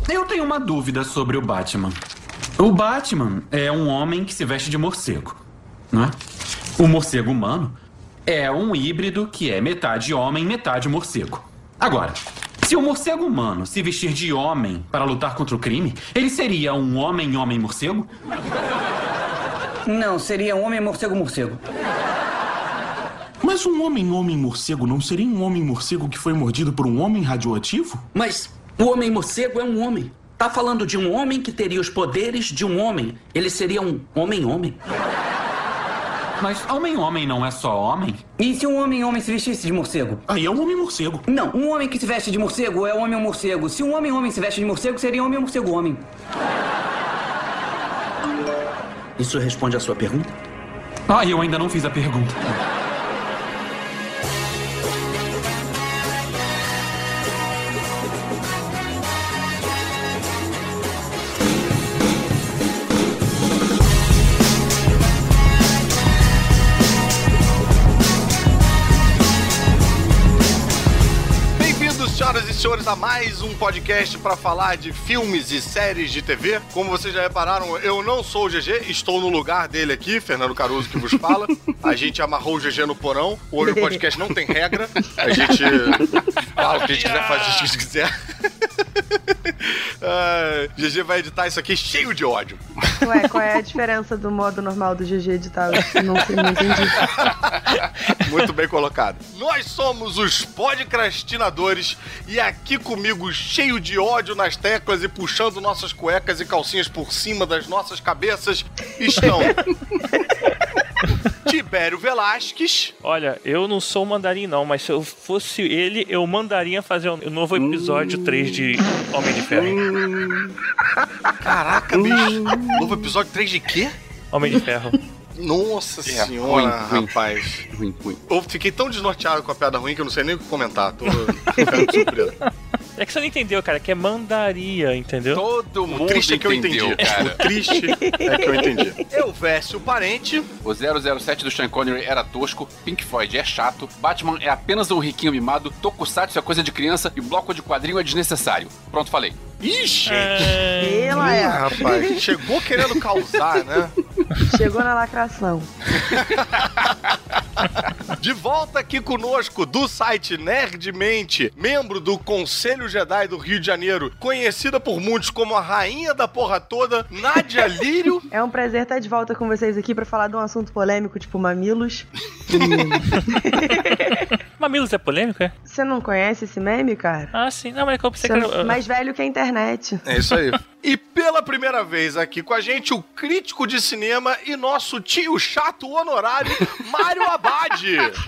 eu tenho uma dúvida sobre o Batman. O Batman é um homem que se veste de morcego, não é? O morcego humano é um híbrido que é metade homem, metade morcego. Agora, se o morcego humano se vestir de homem para lutar contra o crime, ele seria um homem-morcego? Não, seria um homem morcego. Mas um homem-morcego não seria um homem-morcego que foi mordido por um homem radioativo? Mas o homem-morcego é um homem. Tá falando de um homem que teria os poderes de um homem. Ele seria um homem-homem. Mas homem-homem não é só homem? E se um homem se vestisse de morcego? Aí é um homem-morcego. Não, um homem que se veste de morcego é um homem-morcego. Se um homem se veste de morcego, seria um homem-morcego-homem. Isso responde à sua pergunta? Eu ainda não fiz a pergunta. Senhoras e senhores, a mais um podcast para falar de filmes e séries de TV. Como vocês já repararam, eu não sou o GG, estou no lugar dele aqui, Fernando Caruso que vos fala. A gente amarrou o GG no porão. Hoje o podcast não tem regra. A gente fala o que a gente quiser, faz o que a gente quiser. GG vai editar isso aqui cheio de ódio. Ué, qual é a diferença do modo normal do GG editar? Não entendi. Muito bem colocado. Nós somos os podcastinadores e aqui comigo, cheio de ódio nas teclas e puxando nossas cuecas e calcinhas por cima das nossas cabeças, estão Tibério Velasquez. Olha, eu não sou o Mandarim não, mas se eu fosse ele, eu mandaria fazer um novo episódio 3 de Homem de Ferro. Caraca, bicho. Novo episódio 3 de quê? Homem de Ferro. Nossa senhora, rapaz. Ruim. Eu fiquei tão desnorteado com a piada ruim que eu não sei nem o que comentar. Tô ficando de surpresa. É que você não entendeu, cara, que é mandaria, entendeu? Todo mundo O triste é que eu entendi, cara. O triste é que eu entendi. Eu veste o parente. O 007 do Sean Connery era tosco, Pink Floyd é chato, Batman é apenas um riquinho mimado, Tokusatsu é coisa de criança e bloco de quadrinho é desnecessário. Pronto, falei. Ixi! Rapaz. Chegou querendo causar, né? Chegou na lacração. De volta aqui conosco do site Nerdmente, membro do Conselho Jedi do Rio de Janeiro, conhecida por muitos como a rainha da porra toda, Nádia Lírio. É um prazer estar de volta com vocês aqui pra falar de um assunto polêmico, tipo mamilos. Mamilos é polêmico, é? Você não conhece esse meme, cara? Ah, sim. Não, mas eu pensei Você que era... mais velho que a internet. É isso aí. E pela primeira vez aqui com a gente, o crítico de cinema e nosso tio chato honorário, Mário Abad.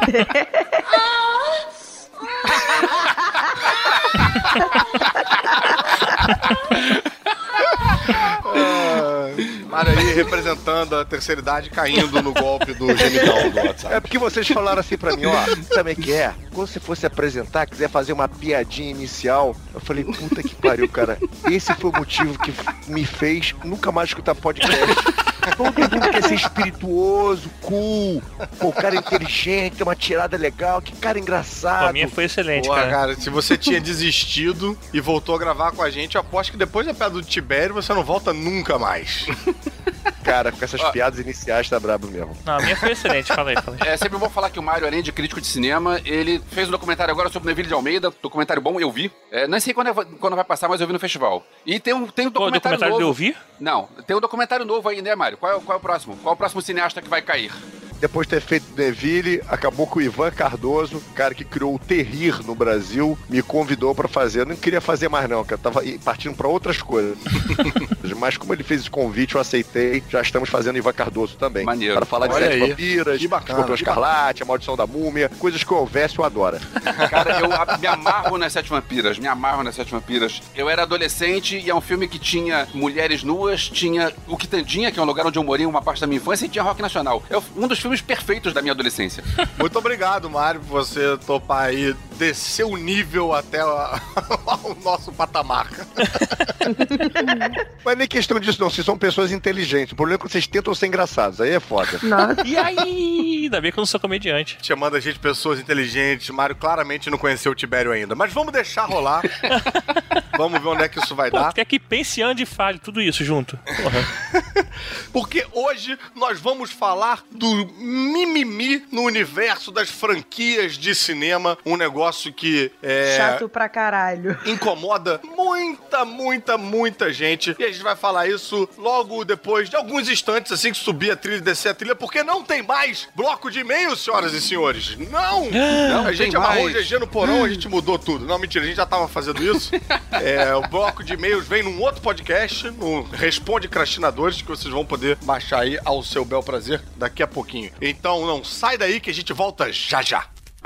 Mário aí representando a terceira idade caindo no golpe do gemidão do WhatsApp. É porque vocês falaram assim pra mim, sabe o que é? Quando você fosse apresentar, quiser fazer uma piadinha inicial, eu falei, puta que pariu, cara. Esse foi o motivo que me fez nunca mais escutar podcast. Todo mundo quer ser espirituoso, cool, o cara inteligente, tem uma tirada legal, que cara engraçado. A minha foi excelente, cara, se você tinha desistido e voltou a gravar com a gente, eu aposto que depois da piada do Tibério você não volta nunca mais. Cara, com essas piadas iniciais tá brabo mesmo. Não, a minha foi excelente, falei. É sempre bom falar que o Mário, além de crítico de cinema, ele fez um documentário agora sobre o Neville de Almeida, documentário bom, eu vi. Não sei quando vai passar, mas eu vi no festival. E tem um documentário novo. Do eu vi? Não, tem um documentário novo aí, né, Mário? Qual é o próximo? Qual é o próximo cineasta que vai cair? Depois de ter feito Neville, acabou com o Ivan Cardoso, cara que criou o Terrir no Brasil, me convidou pra fazer. Eu não queria fazer mais não, cara, tava partindo pra outras coisas. Mas como ele fez esse convite, eu aceitei. Já estamos fazendo Ivan Cardoso também. Maneiro. Para falar de Olha Sete aí. Vampiras, Escorpião Escarlate, A Maldição da Múmia, coisas que o Elvésio adora. Cara, eu me amarro nas Sete Vampiras, Eu era adolescente e é um filme que tinha mulheres nuas, tinha o Quitandinha, que é um lugar onde eu morei uma parte da minha infância, e tinha rock nacional. É um dos filmes perfeitos da minha adolescência. Muito obrigado, Mário, por você topar aí descer o nível até o nosso patamar. Mas nem questão disso, não. Vocês são pessoas inteligentes. O problema é que vocês tentam ser engraçados. Aí é foda. Nossa. E aí? Ainda bem que eu não sou comediante. Chamando a gente de pessoas inteligentes. Mário claramente não conheceu o Tibério ainda. Mas vamos deixar rolar. Vamos ver onde é que isso vai dar. Quer que pense, ande e fale tudo isso junto. Porra. Porque hoje nós vamos falar do mimimi no universo das franquias de cinema. Um negócio que Chato pra caralho. incomoda muita gente. E a gente vai falar isso logo depois de alguns instantes, assim que subir a trilha e descer a trilha, porque não tem mais bloco de e-mails, senhoras e senhores. Não! A gente amarrou o GG no porão, a gente mudou tudo. Não, mentira, a gente já tava fazendo isso. O bloco de e-mails vem num outro podcast, no Responde Crastinadores, que vocês vão poder baixar aí ao seu bel prazer daqui a pouquinho. Então não sai daí que a gente volta já já.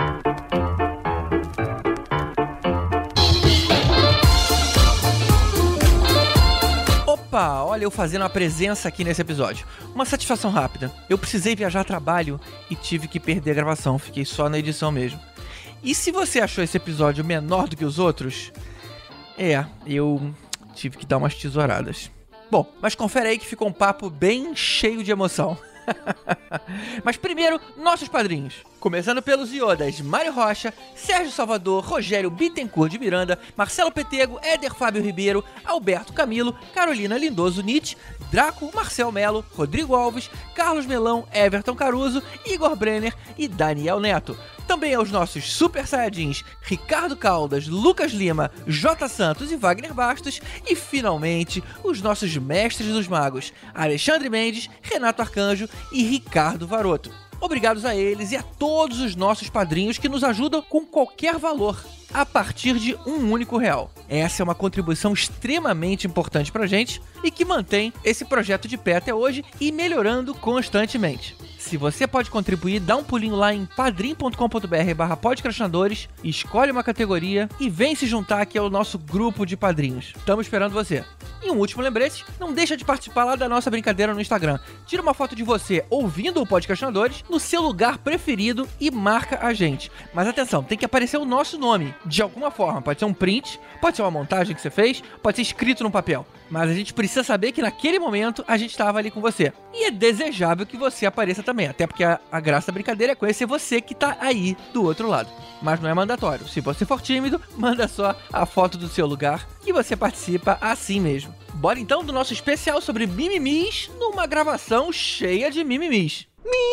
Opa, olha eu fazendo a presença aqui nesse episódio. Uma satisfação rápida. Eu precisei viajar a trabalho e tive que perder a gravação. Fiquei só na edição mesmo. E se você achou esse episódio menor do que os outros... eu tive que dar umas tesouradas. Bom, mas confere aí que ficou um papo bem cheio de emoção. Mas primeiro, nossos padrinhos. Começando pelos iodas Mário Rocha, Sérgio Salvador, Rogério Bittencourt de Miranda, Marcelo Petego, Éder Fábio Ribeiro, Alberto Camilo, Carolina Lindoso Nietzsche, Draco, Marcel Melo, Rodrigo Alves, Carlos Melão, Everton Caruso, Igor Brenner e Daniel Neto. Também aos nossos Super Saiyajins Ricardo Caldas, Lucas Lima, J. Santos e Wagner Bastos. E finalmente os nossos mestres dos magos Alexandre Mendes, Renato Arcanjo e Ricardo Varoto. Obrigados a eles e a todos os nossos padrinhos que nos ajudam com qualquer valor, a partir de R$1 único. Essa é uma contribuição extremamente importante pra gente e que mantém esse projeto de pé até hoje e melhorando constantemente. Se você pode contribuir, dá um pulinho lá em padrim.com.br/podcastinadores, escolhe uma categoria e vem se juntar aqui ao nosso grupo de padrinhos. Estamos esperando você. E um último lembrete, não deixa de participar lá da nossa brincadeira no Instagram. Tira uma foto de você ouvindo o Podcastinadores no seu lugar preferido e marca a gente. Mas atenção, tem que aparecer o nosso nome, de alguma forma. Pode ser um print, pode ser uma montagem que você fez, pode ser escrito no papel. Mas a gente precisa saber que naquele momento a gente estava ali com você. E é desejável que você apareça também, até porque a graça da brincadeira é conhecer você que tá aí do outro lado. Mas não é mandatório. Se você for tímido, manda só a foto do seu lugar que você participa assim mesmo. Bora então do nosso especial sobre mimimis numa gravação cheia de mimimis.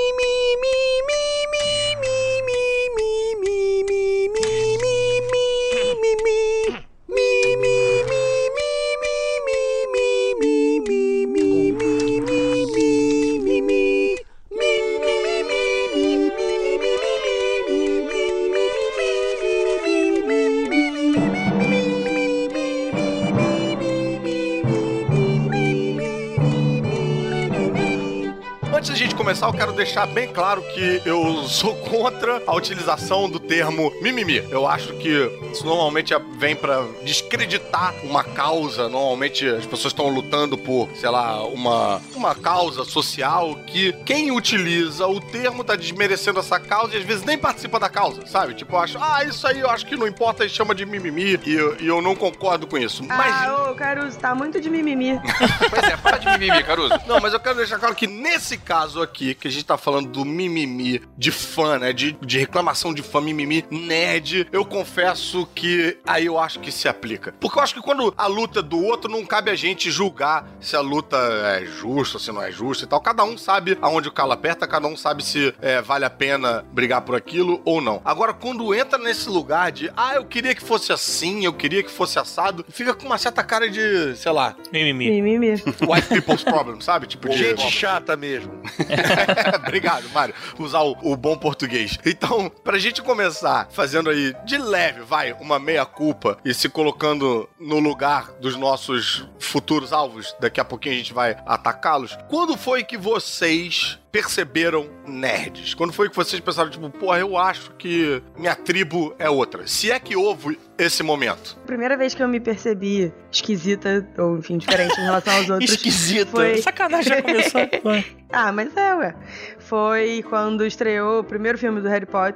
Antes da gente começar, eu quero deixar bem claro que eu sou contra a utilização do termo mimimi. Eu acho que isso normalmente vem pra descreditar uma causa. Normalmente as pessoas estão lutando por, sei lá, uma causa social que quem utiliza o termo tá desmerecendo essa causa e às vezes nem participa da causa, sabe? Tipo, eu acho, isso aí eu acho que não importa e chama de mimimi e eu não concordo com isso. Mas... ô Caruso, tá muito de mimimi. Pois é, para de mimimi, Caruso. Não, mas eu quero deixar claro que nesse caso aqui, que a gente tá falando do mimimi de fã, né? De reclamação de fã, mimimi nerd, eu confesso que aí eu acho que se aplica. Porque eu acho que quando a luta do outro, não cabe a gente julgar se a luta é justa, se não é justa e tal. Cada um sabe aonde o calo aperta, cada um sabe se vale a pena brigar por aquilo ou não. Agora, quando entra nesse lugar de, eu queria que fosse assim, eu queria que fosse assado, fica com uma certa cara de, sei lá... Mimimi. White people's problem, sabe? Tipo, Gente chata mesmo. Obrigado, Mário. Usar o bom português. Então, pra gente começar fazendo aí de leve, uma meia-culpa e se colocando no lugar dos nossos futuros alvos, daqui a pouquinho a gente vai atacá-los. Quando foi que vocês perceberam nerds? Quando foi que vocês pensaram, tipo, eu acho que minha tribo é outra? Se é que houve esse momento. Primeira vez que eu me percebi esquisita, ou enfim, diferente em relação aos outros. Esquisita. Foi... Sacanagem, já começou. Mas foi quando estreou o primeiro filme do Harry Potter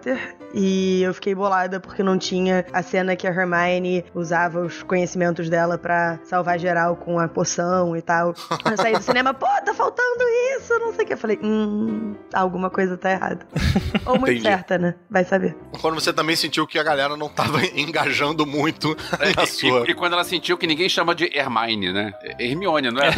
E eu fiquei bolada porque não tinha a cena que a Hermione usava os conhecimentos dela pra salvar geral com a poção e tal. Eu saí do cinema, pô, tá faltando isso, não sei o que. Eu falei, alguma coisa tá errada. Ou muito certa, né? Vai saber. Quando você também sentiu que a galera não tava engajando muito na sua... E quando ela sentiu que ninguém chama de Hermione, né? Hermione, não é?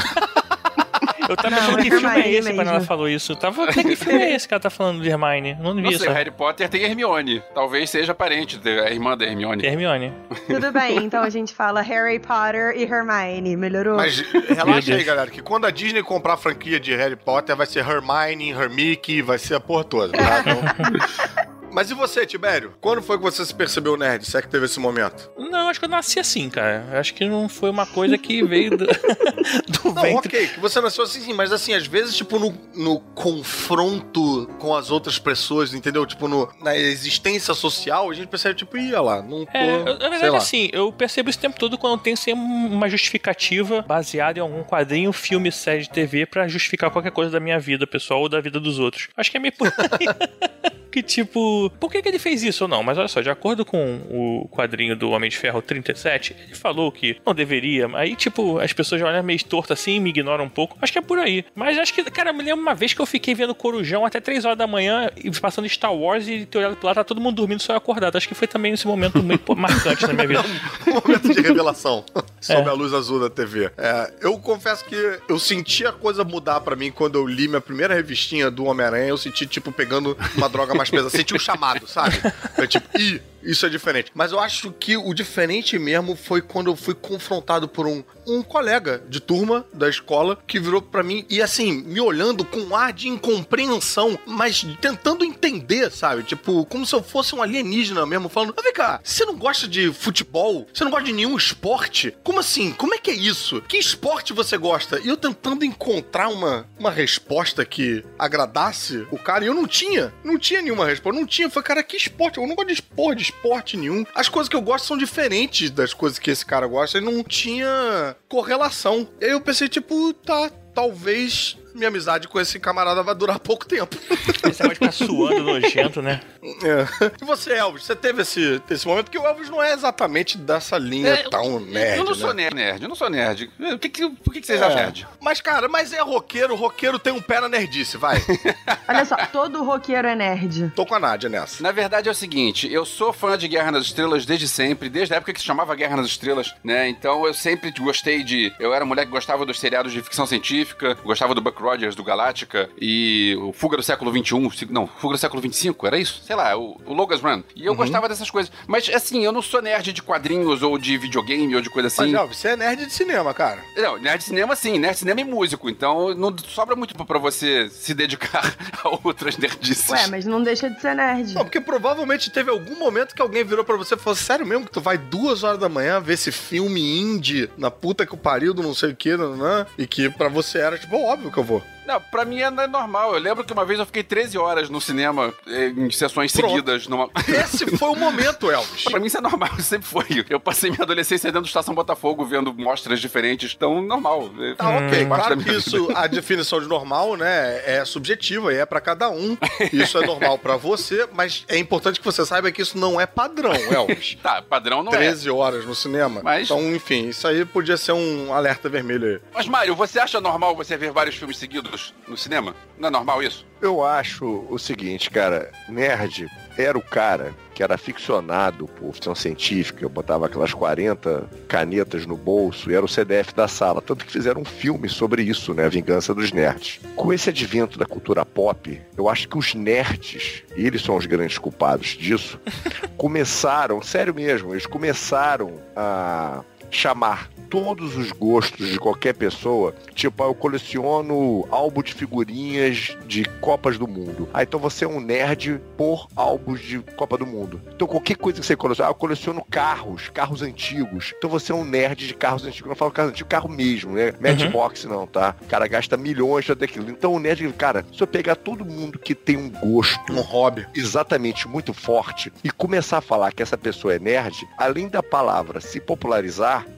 Eu tava pensando que filme é esse quando ela falou isso. Eu tava, que filme é esse que ela tá falando de Hermione? Não vi isso. Harry Potter tem Hermione. Talvez seja parente da irmã da Hermione. Hermione. Tudo bem, então a gente fala Harry Potter e Hermione. Melhorou? Mas relaxa aí, galera, que quando a Disney comprar a franquia de Harry Potter, vai ser Hermione, Hermione, vai ser a porra toda, tá? Então... Mas e você, Tibério? Quando foi que você se percebeu nerd? Se é que teve esse momento? Não, eu acho que eu nasci assim, cara. Eu acho que não foi uma coisa que veio do não, ventre. Ok, que você nasceu assim, sim, mas assim, às vezes, tipo, no confronto com as outras pessoas, entendeu? Tipo, na existência social, a gente percebe, tipo, ia lá, não tô... na verdade, assim, eu percebo isso o tempo todo quando tem sempre uma justificativa baseada em algum quadrinho, filme, série de TV pra justificar qualquer coisa da minha vida pessoal ou da vida dos outros. Acho que é meio por aí. Que tipo, por que ele fez isso ou não? Mas olha só, de acordo com o quadrinho do Homem de Ferro 37, ele falou que não deveria. Aí, tipo, as pessoas já olham meio torto assim, me ignoram um pouco. Acho que é por aí. Mas acho que, cara, me lembro uma vez que eu fiquei vendo Corujão até 3 horas da manhã e passando Star Wars e ter olhado pro lado, tá todo mundo dormindo, só eu acordado. Acho que foi também esse momento meio marcante na minha vida. Um momento de revelação sob a luz azul da TV. Eu confesso que eu senti a coisa mudar pra mim quando eu li minha primeira revistinha do Homem-Aranha. Eu senti, tipo, pegando uma droga mais pesada. Senti um chamado, sabe? Eu, tipo, isso é diferente. Mas eu acho que o diferente mesmo foi quando eu fui confrontado por um colega de turma da escola que virou pra mim e, assim, me olhando com um ar de incompreensão, mas tentando entender, sabe? Tipo, como se eu fosse um alienígena mesmo, falando, vem cá, você não gosta de futebol? Você não gosta de nenhum esporte? Como assim? Como é que é isso? Que esporte você gosta? E eu tentando encontrar uma resposta que agradasse o cara, e eu não tinha nenhuma resposta, não tinha. Foi, cara, que esporte? Eu não gosto de esporte nenhum. As coisas que eu gosto são diferentes das coisas que esse cara gosta, e não tinha correlação. E aí eu pensei, tipo, talvez minha amizade com esse camarada vai durar pouco tempo. Você vai ficar suando nojento, né? E você, Elvis, você teve esse momento? Porque o Elvis não é exatamente dessa linha tão nerd. Eu não sou nerd, eu não sou nerd. Por que vocês acham nerd? Mas, cara, é roqueiro tem um pé na nerdice, vai. Olha só, todo roqueiro é nerd. Tô com a Nádia nessa. Na verdade é o seguinte, eu sou fã de Guerra nas Estrelas desde sempre, desde a época que se chamava Guerra nas Estrelas, né? Então eu sempre gostei eu era mulher que gostava dos seriados de ficção científica, gostava do Buck Rogers, do Galáctica, e o Fuga do Século XXI, não, Fuga do Século XXV, era isso? Sei lá, o Logan's Run. E eu gostava dessas coisas. Mas, assim, eu não sou nerd de quadrinhos ou de videogame ou de coisa assim. Mas, Elvis, você é nerd de cinema, cara. Não, nerd de cinema sim, nerd de cinema e músico, então não sobra muito pra você se dedicar a outras nerdices. Ué, mas não deixa de ser nerd. Não, porque provavelmente teve algum momento que alguém virou pra você e falou, sério mesmo que tu vai 2 horas da manhã ver esse filme indie na puta que o pariu do não sei o que, né? E que pra você era, tipo, óbvio que eu vou. Não, pra mim é normal. Eu lembro que uma vez eu fiquei 13 horas no cinema em sessões seguidas. Esse foi o momento, Elvis. Pra mim isso é normal, sempre foi. Eu passei minha adolescência dentro do Estação Botafogo, vendo mostras diferentes, então normal. Tá, ok. Claro que isso, a definição de normal, né, é subjetiva e é pra cada um. Isso é normal pra você, mas é importante que você saiba que isso não é padrão, Elvis. Tá, padrão não 13 horas no cinema. Mas... Então, enfim, isso aí podia ser um alerta vermelho aí. Mas, Mário, você acha normal você ver vários filmes seguidos no cinema? Não é normal isso? Eu acho o seguinte, cara, nerd era o cara que era ficcionado por ficção científica, eu botava aquelas 40 canetas no bolso e era o CDF da sala, tanto que fizeram um filme sobre isso, né, a vingança dos nerds. Com esse advento da cultura pop, eu acho que os nerds, e eles são os grandes culpados disso, começaram, sério mesmo, eles começaram a chamar todos os gostos de qualquer pessoa, tipo, eu coleciono álbum de figurinhas de Copas do Mundo. Então você é um nerd por álbuns de Copa do Mundo. Então qualquer coisa que você coleciona, eu coleciono carros antigos. Então você é um nerd de carros antigos. Eu não falo carro antigo, carro mesmo, né? Matchbox não, tá? O cara gasta milhões pra ter aquilo. Então o nerd, cara, se eu pegar todo mundo que tem um gosto, um hobby, exatamente muito forte, e começar a falar que essa pessoa é nerd, além da palavra se popularizar,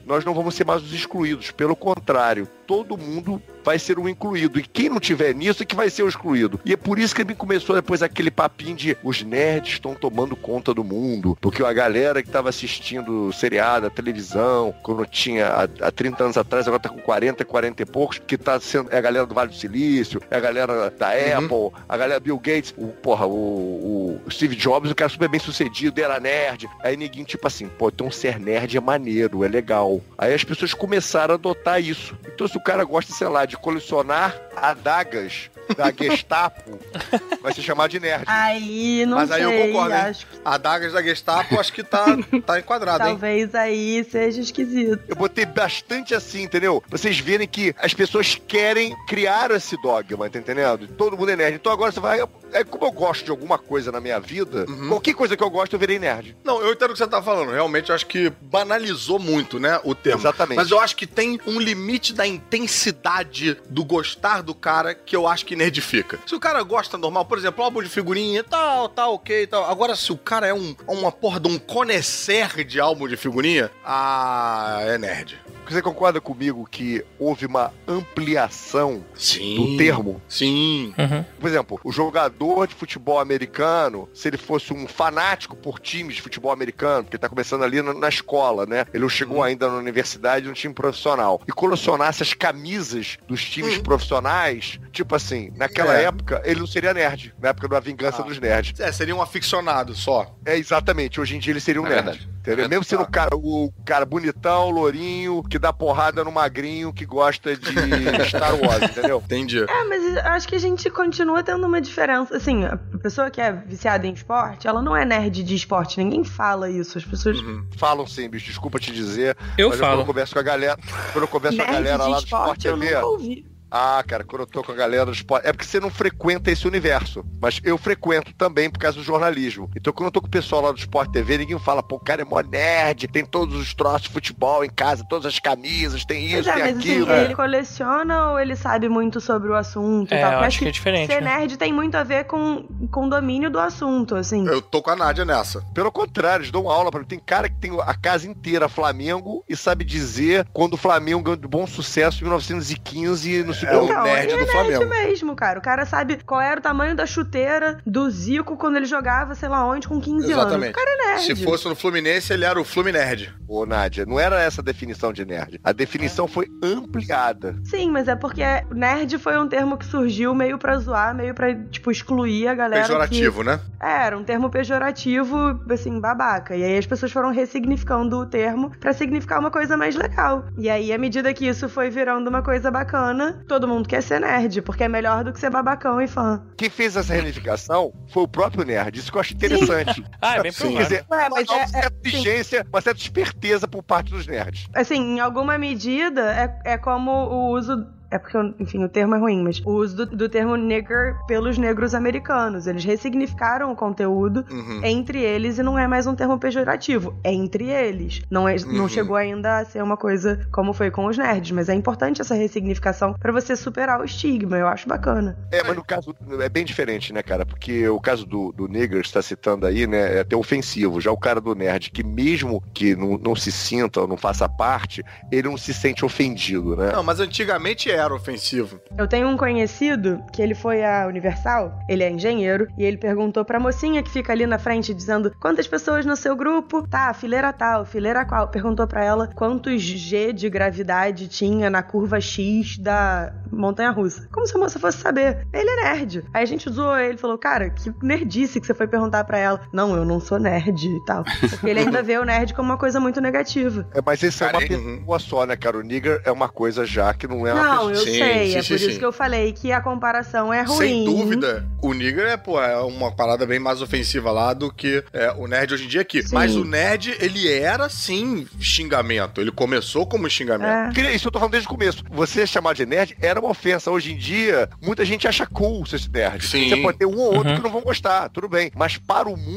nós não vamos ser mais os excluídos. Pelo contrário, todo mundo vai ser um incluído. E quem não tiver nisso é que vai ser o excluído. E é por isso que me começou depois aquele papinho de os nerds estão tomando conta do mundo. Porque a galera que estava assistindo seriado, a televisão, quando tinha há 30 anos atrás, agora tá com 40 e poucos, que tá sendo, é a galera do Vale do Silício, é a galera da Apple, a galera Bill Gates, o Steve Jobs, o cara super bem sucedido, era nerd. Aí ninguém, tipo assim, pô, então ser nerd é maneiro, é legal. Aí as pessoas começaram a adotar isso. Então se o cara gosta, sei lá, de colecionar adagas da Gestapo, vai se chamar de nerd. Aí, não Mas sei. aí eu concordo, hein? Acho... Adagas da Gestapo, acho que tá enquadrado, hein? Talvez aí seja esquisito. Eu botei bastante assim, entendeu? Pra vocês verem que as pessoas querem criar esse dogma, tá entendendo? Todo mundo é nerd. Então agora você vai... É como eu gosto de alguma coisa na minha vida, qualquer coisa que eu gosto, eu virei nerd. Não, eu entendo o que você tá falando. Realmente, eu acho que banalizou muito, né, o termo. Exatamente. Mas eu acho que tem um limite da intensidade do gostar do cara que eu acho que nerdifica. Se o cara gosta normal, por exemplo, álbum de figurinha, tal, ok, tal. Agora, se o cara é uma porra de um conhecer de álbum de figurinha, é nerd. Você concorda comigo que houve uma ampliação Sim. do termo? Sim. Por exemplo, o jogador de futebol americano, se ele fosse um fanático por times de futebol americano, porque tá começando ali na escola, né? Ele não chegou ainda na universidade, no time profissional. E colecionasse as camisas dos times profissionais, tipo assim, naquela época, ele não seria nerd. Na época da vingança dos nerds. Seria um aficionado só. É, exatamente. Hoje em dia ele seria um nerd. Verdade. Entendeu? Mesmo sendo o cara bonitão, lourinho, que dá porrada no magrinho, que gosta de Star Wars, entendeu? Entendi. Mas acho que a gente continua tendo uma diferença. Assim, a pessoa que é viciada em esporte, ela não é nerd de esporte. Ninguém fala isso. As pessoas... Falam sim, bicho. Desculpa te dizer. Eu mas falo. Quando eu converso com a galera, lá do Sport eu TV... nunca ouvi. Ah, cara, quando eu tô com a galera do esporte... É porque você não frequenta esse universo. Mas eu frequento também por causa do jornalismo. Então, quando eu tô com o pessoal lá do Sport TV, ninguém fala, pô, o cara é mó nerd, tem todos os troços de futebol em casa, todas as camisas, tem isso, tem aquilo. Assim, ele coleciona ou ele sabe muito sobre o assunto e tal? Eu Porque acho que é diferente. Ser né? nerd tem muito a ver com o domínio do assunto, assim. Eu tô com a Nádia nessa. Pelo contrário, eles dão aula pra mim. Tem cara que tem a casa inteira Flamengo e sabe dizer quando o Flamengo ganhou de bom sucesso em 1915 no segundo nerd ele do é nerd Flamengo. mesmo, cara. O cara sabe qual era o tamanho da chuteira do Zico quando ele jogava, sei lá onde, com 15 anos. O cara é nerd. Se fosse no Fluminense, ele era o Fluminerd. Ô, Nádia, não era essa a definição de nerd. A definição foi ampliada. Sim, mas é porque nerd foi um termo que surgiu meio pra zoar, meio pra, tipo, excluir a galera. Pejorativo, né? Era um termo pejorativo, assim, babaca. E aí as pessoas foram ressignificando o termo pra significar uma coisa mais legal. E aí, à medida que isso foi virando uma coisa bacana, todo mundo quer ser nerd, porque é melhor do que ser babacão e fã. Quem fez essa reunificação foi o próprio nerd. Isso que eu acho interessante. É bem provável. Quer dizer, mas uma certa inteligência, uma certa esperteza por parte dos nerds. Assim, em alguma medida, é como o uso... É porque, enfim, o termo é ruim, mas o uso do termo nigger pelos negros americanos. Eles ressignificaram o conteúdo entre eles e não é mais um termo pejorativo. É entre eles. Não chegou ainda a ser uma coisa como foi com os nerds, mas é importante essa ressignificação pra você superar o estigma. Eu acho bacana. Mas no caso, é bem diferente, né, cara? Porque o caso do nigger que você tá citando aí, né, é até ofensivo. Já o cara do nerd, que mesmo que não se sinta ou não faça parte, ele não se sente ofendido, né? Não, mas antigamente era ofensivo. Eu tenho um conhecido que ele foi à Universal, ele é engenheiro, e ele perguntou pra mocinha que fica ali na frente dizendo quantas pessoas no seu grupo? Tá, fileira tal, fileira qual? Perguntou pra ela quantos G de gravidade tinha na curva X da montanha-russa. Como se a moça fosse saber. Ele é nerd. Aí a gente zoou ele e falou, cara, que nerdice que você foi perguntar pra ela. Não, eu não sou nerd e tal. Porque ele ainda vê o nerd como uma coisa muito negativa. Mas isso é uma pessoa só, né, cara? O nigger é uma coisa já que não é uma pessoa. Não, eu sei, é por isso que eu falei que a comparação é ruim. Sem dúvida, o nigger é uma parada bem mais ofensiva lá do que o nerd hoje em dia aqui. Sim. Mas o nerd, ele era, sim, xingamento. Ele começou como xingamento. Isso eu tô falando desde o começo. Você chamar de nerd era uma ofensa. Hoje em dia, muita gente acha cool ser nerd. Sim. Você pode ter um ou outro que não vão gostar, tudo bem. Mas para o mundo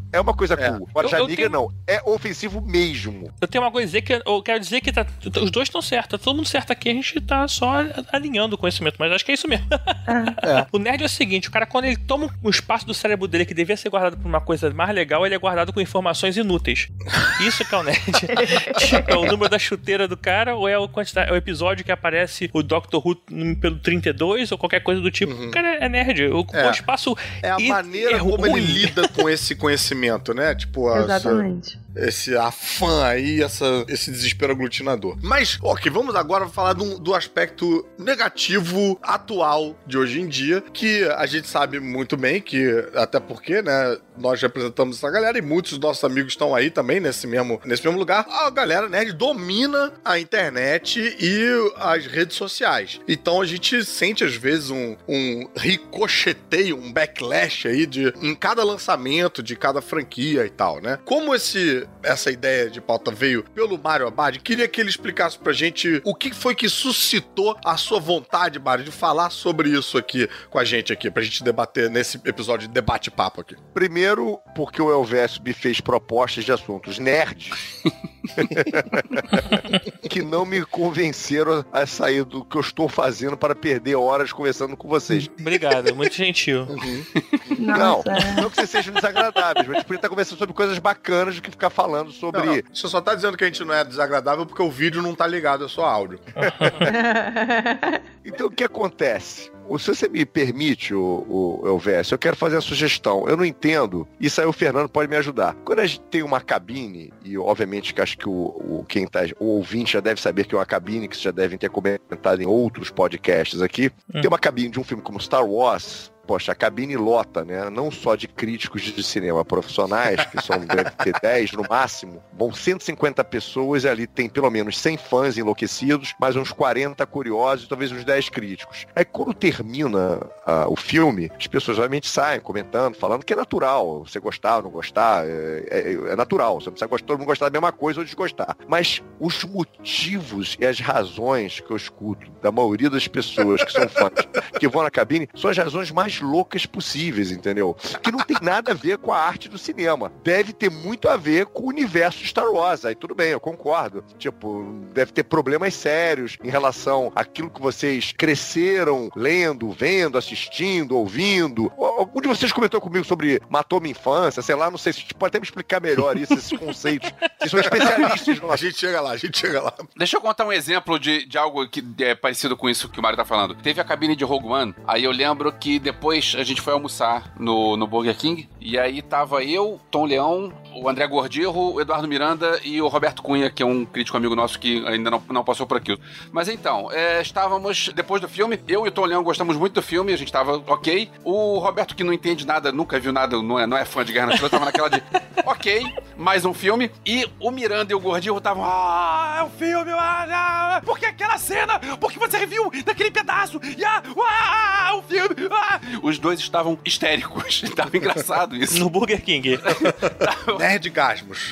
É uma coisa cool. Agora, já amiga tenho... não. É ofensivo mesmo. Eu tenho uma coisa a dizer que eu quero dizer que os dois estão certos. Tá todo mundo certo aqui, a gente tá só alinhando o conhecimento, mas acho que é isso mesmo. O nerd é o seguinte, o cara, quando ele toma um espaço do cérebro dele que devia ser guardado por uma coisa mais legal, ele é guardado com informações inúteis. Isso que é o nerd. Tipo, é o número da chuteira do cara, ou é o episódio que aparece o Doctor Who pelo 32, ou qualquer coisa do tipo. O cara é nerd. O espaço é a maneira como ele lida com esse conhecimento, né? Tipo, exatamente. Esse afã aí, esse desespero aglutinador. Mas, ok, vamos agora falar do aspecto negativo atual de hoje em dia, que a gente sabe muito bem que, até porque, né, nós representamos essa galera e muitos dos nossos amigos estão aí também nesse mesmo lugar. A galera nerd domina a internet e as redes sociais. Então a gente sente às vezes um ricocheteio, um backlash aí em cada lançamento de cada franquia e tal, né? Como essa ideia de pauta veio pelo Mário Abad, queria que ele explicasse pra gente o que foi que suscitou a sua vontade, Mário, de falar sobre isso aqui com a gente aqui, pra gente debater nesse episódio de debate-papo aqui. Primeiro, porque o Elvésio me fez propostas de assuntos nerds que não me convenceram a sair do que eu estou fazendo para perder horas conversando com vocês. Obrigado, muito gentil. Não que vocês sejam desagradáveis, mas a gente podia estar conversando sobre coisas bacanas do que ficar falando sobre... Não. Você só tá dizendo que a gente não é desagradável porque o vídeo não tá ligado, é só áudio. Então, o que acontece? Se você me permite, o Elvésio, eu quero fazer a sugestão. Eu não entendo, isso aí o Fernando pode me ajudar. Quando a gente tem uma cabine, e obviamente que acho que o ouvinte já deve saber que é uma cabine, que vocês já devem ter comentado em outros podcasts aqui, tem uma cabine de um filme como Star Wars. Poxa, a cabine lota, né? Não só de críticos de cinema profissionais, que são deve ter 10 no máximo, vão 150 pessoas e ali tem pelo menos 100 fãs enlouquecidos, mais uns 40 curiosos e talvez uns 10 críticos. Aí quando termina o filme, as pessoas realmente saem comentando, falando que é natural, você gostar ou não gostar, é natural, você não precisa todo mundo gostar da mesma coisa ou desgostar. Mas os motivos e as razões que eu escuto da maioria das pessoas que são fãs, que vão na cabine, são as razões mais loucas possíveis, entendeu? Que não tem nada a ver com a arte do cinema. Deve ter muito a ver com o universo de Star Wars. Aí tudo bem, eu concordo. Tipo, deve ter problemas sérios em relação àquilo que vocês cresceram lendo, vendo, assistindo, ouvindo. Algum de vocês comentou comigo sobre Matou Minha Infância, sei lá, não sei se pode até me explicar melhor isso, esses conceitos. Vocês são especialistas. A gente chega lá. Deixa eu contar um exemplo de algo que é parecido com isso que o Mário tá falando. Teve a cabine de Rogue One, aí eu lembro que depois a gente foi almoçar no Burger King, e aí tava eu, Tom Leão, o André Gordirro, o Eduardo Miranda e o Roberto Cunha, que é um crítico amigo nosso que ainda não passou por aquilo. Mas então, estávamos, depois do filme, eu e o Tom Leão gostamos muito do filme, a gente tava ok. O Roberto, que não entende nada, nunca viu nada, não é fã de Guerra nas Estrelas, tava naquela de ok, mais um filme. E o Miranda e o Gordirro estavam, é um filme, porque aquela cena, porque você reviu daquele pedaço, e o filme, Os dois estavam histéricos, tava engraçado isso. No Burger King. Nerdgasmos.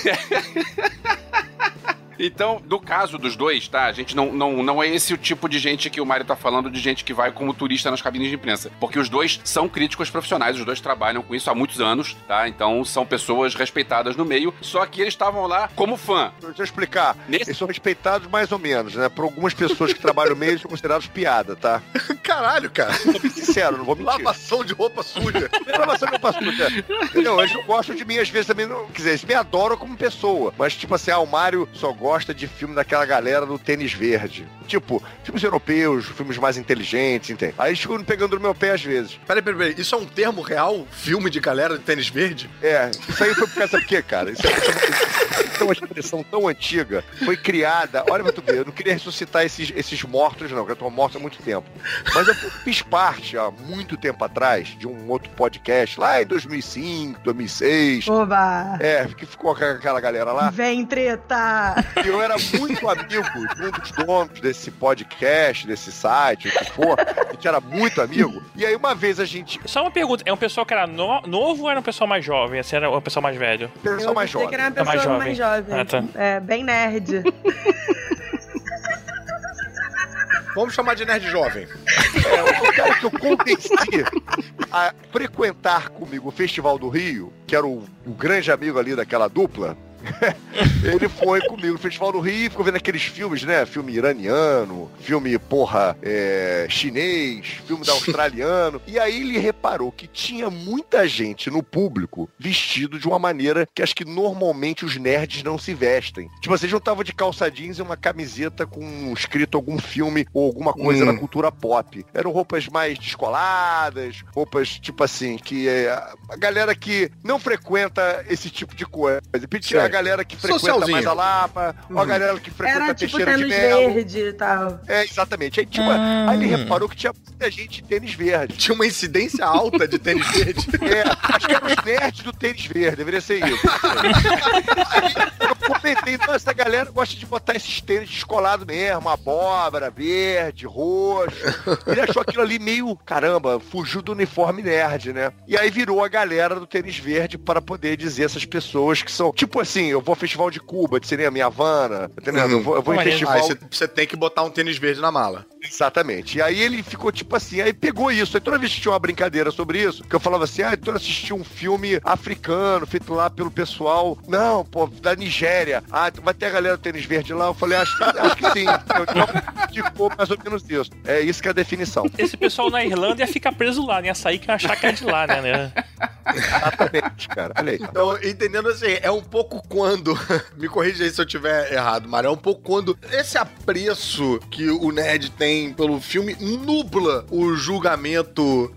Então, no caso dos dois, tá? A gente não é esse o tipo de gente que o Mário tá falando, de gente que vai como turista nas cabines de imprensa. Porque os dois são críticos profissionais, os dois trabalham com isso há muitos anos, tá? Então, são pessoas respeitadas no meio, só que eles estavam lá como fã. Deixa eu explicar. Eles são respeitados mais ou menos, né? Por algumas pessoas que trabalham no meio, eles são considerados piada, tá? Caralho, cara. Vou ser sincero, não vou mentir. Lavação de roupa suja. Lavação de roupa suja. Não, eles não gostam de mim, às vezes também não... Quer dizer, eles me adoram como pessoa, mas tipo assim, o Mário só gosta de filme daquela galera do tênis verde. Tipo, filmes europeus, filmes mais inteligentes, entende? Aí eles ficam pegando no meu pé às vezes. Peraí, isso é um termo real? Filme de galera de tênis verde? Isso aí foi por causa do quê, cara? Isso é uma expressão tão antiga, foi criada, olha pra tu ver, eu não queria ressuscitar esses mortos não, porque eu estão mortos há muito tempo. Mas eu fiz parte, há muito tempo atrás, de um outro podcast, lá em 2005, 2006. Oba! Que ficou aquela galera lá. Vem treta! E eu era muito amigo de um dos donos desse podcast, desse site, o que for. A gente era muito amigo. E aí uma vez a gente... Só uma pergunta, é um pessoal que era novo ou era um pessoal mais jovem? Assim, era um pessoal mais velho? Pessoal mais jovem. Que era uma pessoa mais jovem. Ah, tá. Bem nerd. Vamos chamar de nerd jovem. O cara que eu convenci a frequentar comigo o Festival do Rio, que era o grande amigo ali daquela dupla, ele foi comigo no Festival do Rio e ficou vendo aqueles filmes, né? Filme iraniano, filme, chinês, filme da australiano. E aí ele reparou que tinha muita gente no público vestido de uma maneira que acho que normalmente os nerds não se vestem. Tipo, vocês não estavam de calça jeans e uma camiseta com escrito algum filme ou alguma coisa da cultura pop. Eram roupas mais descoladas, roupas, tipo assim, que a galera que não frequenta esse tipo de coisa. A galera que frequenta mais a Lapa, ou a galera que frequenta era, Teixeira tipo, de tênis Melo. verde e tal. Exatamente. Aí, aí ele reparou que tinha muita gente de tênis verde. Tinha uma incidência alta de tênis verde. Acho que eram os nerds do tênis verde, deveria ser isso. Aí eu comentei, essa galera gosta de botar esses tênis descolados mesmo, abóbora, verde, roxo. Ele achou aquilo ali meio, caramba, fugiu do uniforme nerd, né? E aí virou a galera do tênis verde para poder dizer essas pessoas que são, tipo assim, eu vou ao Festival de Cuba, de cinema, minha Havana, entendendo? Eu vou em festival... Você tem que botar um tênis verde na mala. Exatamente. E aí ele ficou tipo assim, aí pegou isso. Aí toda vez que tinha uma brincadeira sobre isso, que eu falava assim, tu assistiu um filme africano, feito lá pelo pessoal, não, pô, da Nigéria. Vai ter a galera do tênis verde lá? Eu falei, acho que sim. Ficou mais ou menos isso. É isso que é a definição. Esse pessoal na Irlanda ia ficar preso lá, né? Ia sair que ia achar que é de lá, né? Exatamente, cara. Olha aí. Então, entendendo assim, é um pouco quando... Me corrija aí se eu tiver errado, Mário. É um pouco quando esse apreço que o nerd tem pelo filme nubla o julgamento,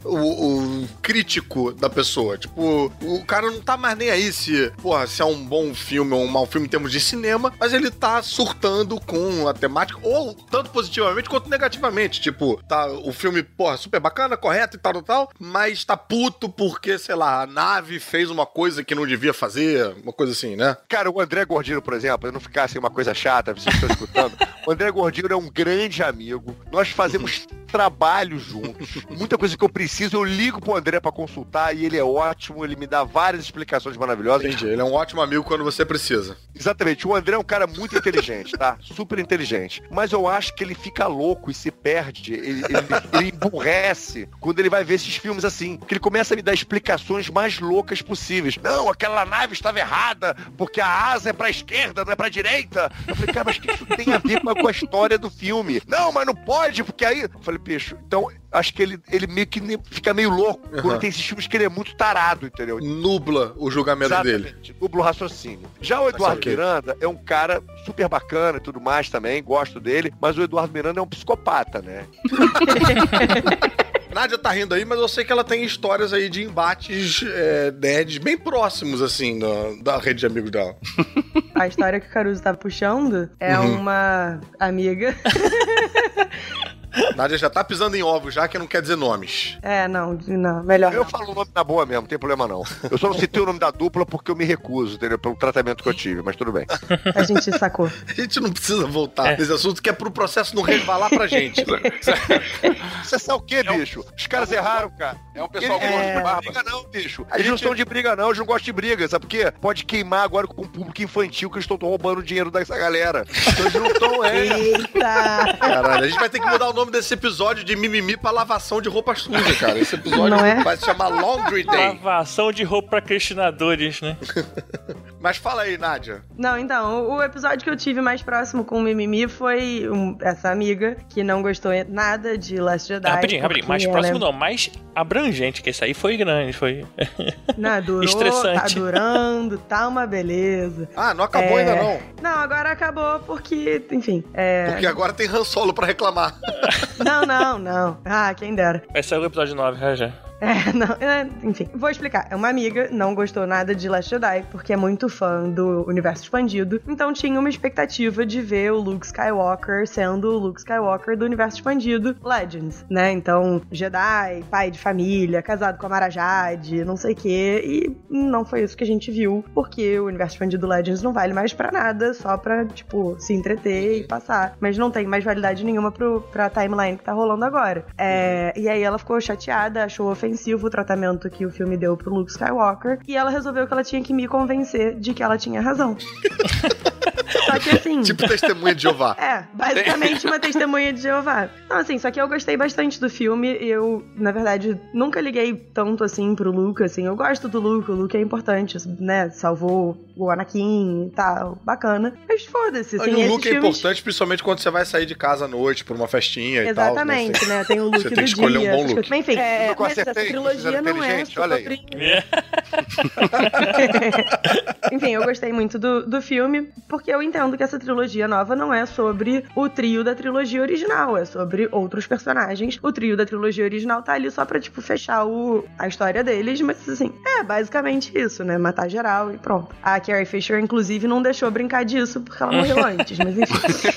o crítico da pessoa. Tipo, o cara não tá mais nem aí se é um bom filme ou um mau filme em termos de cinema, mas ele tá surtando com a temática, ou tanto positivamente quanto negativamente. Tipo, tá o filme, super bacana, correto e tal, mas tá puto porque, sei lá, a nave fez uma coisa que não devia fazer, uma coisa assim, né? Cara, o André Gordino, por exemplo, eu não ficasse uma coisa chata, vocês estão escutando, o André Gordino é um grande amigo, nós fazemos trabalho juntos, muita coisa que eu preciso, eu ligo pro André pra consultar e ele é ótimo, ele me dá várias explicações maravilhosas. Entendi, ele é um ótimo amigo quando você precisa. Exatamente, o André é um cara muito inteligente, tá? Super inteligente, mas eu acho que ele fica louco e se perde, ele emburrece quando ele vai ver esses filmes assim, que ele começa a me dar explicações mais loucas possíveis. Não, aquela nave estava errada, porque a asa é pra esquerda, não é pra direita. Eu falei, cara, mas o que isso tem a ver com a história do filme? Não, mas não pode, porque aí... Eu falei, bicho, então acho que ele meio que fica meio louco quando tem esses filmes que ele é muito tarado, entendeu? Nubla o julgamento dele. Nubla o raciocínio. Já o Eduardo Miranda é um cara super bacana e tudo mais também, gosto dele, mas o Eduardo Miranda é um psicopata, né? Nádia tá rindo aí, mas eu sei que ela tem histórias aí de embates nerds bem próximos, assim, da rede de amigos dela. A história que o Caruso tá puxando é uma amiga... Nádia já tá pisando em ovos, já que não quer dizer nomes. Não, melhor Eu falo o nome na boa mesmo, não tem problema não. Eu só não citei o nome da dupla porque eu me recuso, entendeu? Pelo tratamento que eu tive, mas tudo bem. A gente sacou. A gente não precisa voltar nesse assunto, que é pro processo não resvalar pra gente. Você sabe o que, bicho? Os caras erraram, cara. É um pessoal que gosta de barba. Não briga não, bicho. Eles não são de briga não, eles não gostam de briga, sabe por quê? Pode queimar agora com o público infantil que eles estão roubando o dinheiro dessa galera. Então eles não estão, Eita! Caralho, a gente vai ter que mudar o nome desse episódio de mimimi pra lavação de roupa suja, cara. Esse episódio vai se chamar Laundry Day. Lavação de roupa pra questionadores, né? Mas fala aí, Nádia. Não, então, o episódio que eu tive mais próximo com o mimimi foi essa amiga que não gostou nada de Last Jedi. Rapidinho. Mais próximo não, mais abrangente, que esse aí foi grande, foi não, durou, estressante. Tá durando, tá uma beleza. Não acabou ainda não. Não, agora acabou porque, enfim... Porque agora tem Han Solo pra reclamar. Não. Quem dera. Esse é o episódio 9, já. Enfim, vou explicar. É uma amiga, não gostou nada de Last Jedi, porque é muito fã do universo expandido, então tinha uma expectativa de ver o Luke Skywalker sendo o Luke Skywalker do universo expandido Legends, né? Então, Jedi, pai de família, casado com a Mara Jade, não sei o quê, e não foi isso que a gente viu, porque o universo expandido Legends não vale mais pra nada, só pra, tipo, se entreter e passar, mas não tem mais validade nenhuma pra timeline que tá rolando agora. E aí ela ficou chateada, achou ofensivo o tratamento que o filme deu pro Luke Skywalker, e ela resolveu que ela tinha que me convencer de que ela tinha razão. Só que assim... Tipo testemunha de Jeová. É, basicamente uma testemunha de Jeová. Não, assim, só que eu gostei bastante do filme. Eu, na verdade, nunca liguei tanto, assim, pro Luke, assim. Eu gosto do Luke, o Luke é importante, né? Salvou o Anakin e tal, bacana. Mas foda-se, assim, E o Luke filmes... é importante, principalmente quando você vai sair de casa à noite pra uma festinha e tal. Exatamente, né? Tem o look você do tem que escolher dia. um bom look. Mas, enfim, Nunca mas essa acertei, trilogia fizeram não é inteligente, olha aí. sobre... Enfim, eu gostei muito do filme, porque eu entendo que essa trilogia nova não é sobre o trio da trilogia original, é sobre outros personagens. O trio da trilogia original tá ali só pra, tipo, fechar a história deles, mas, assim, é basicamente isso, né? Matar geral e pronto. A Carrie Fisher, inclusive, não deixou brincar disso, porque ela morreu antes, mas enfim.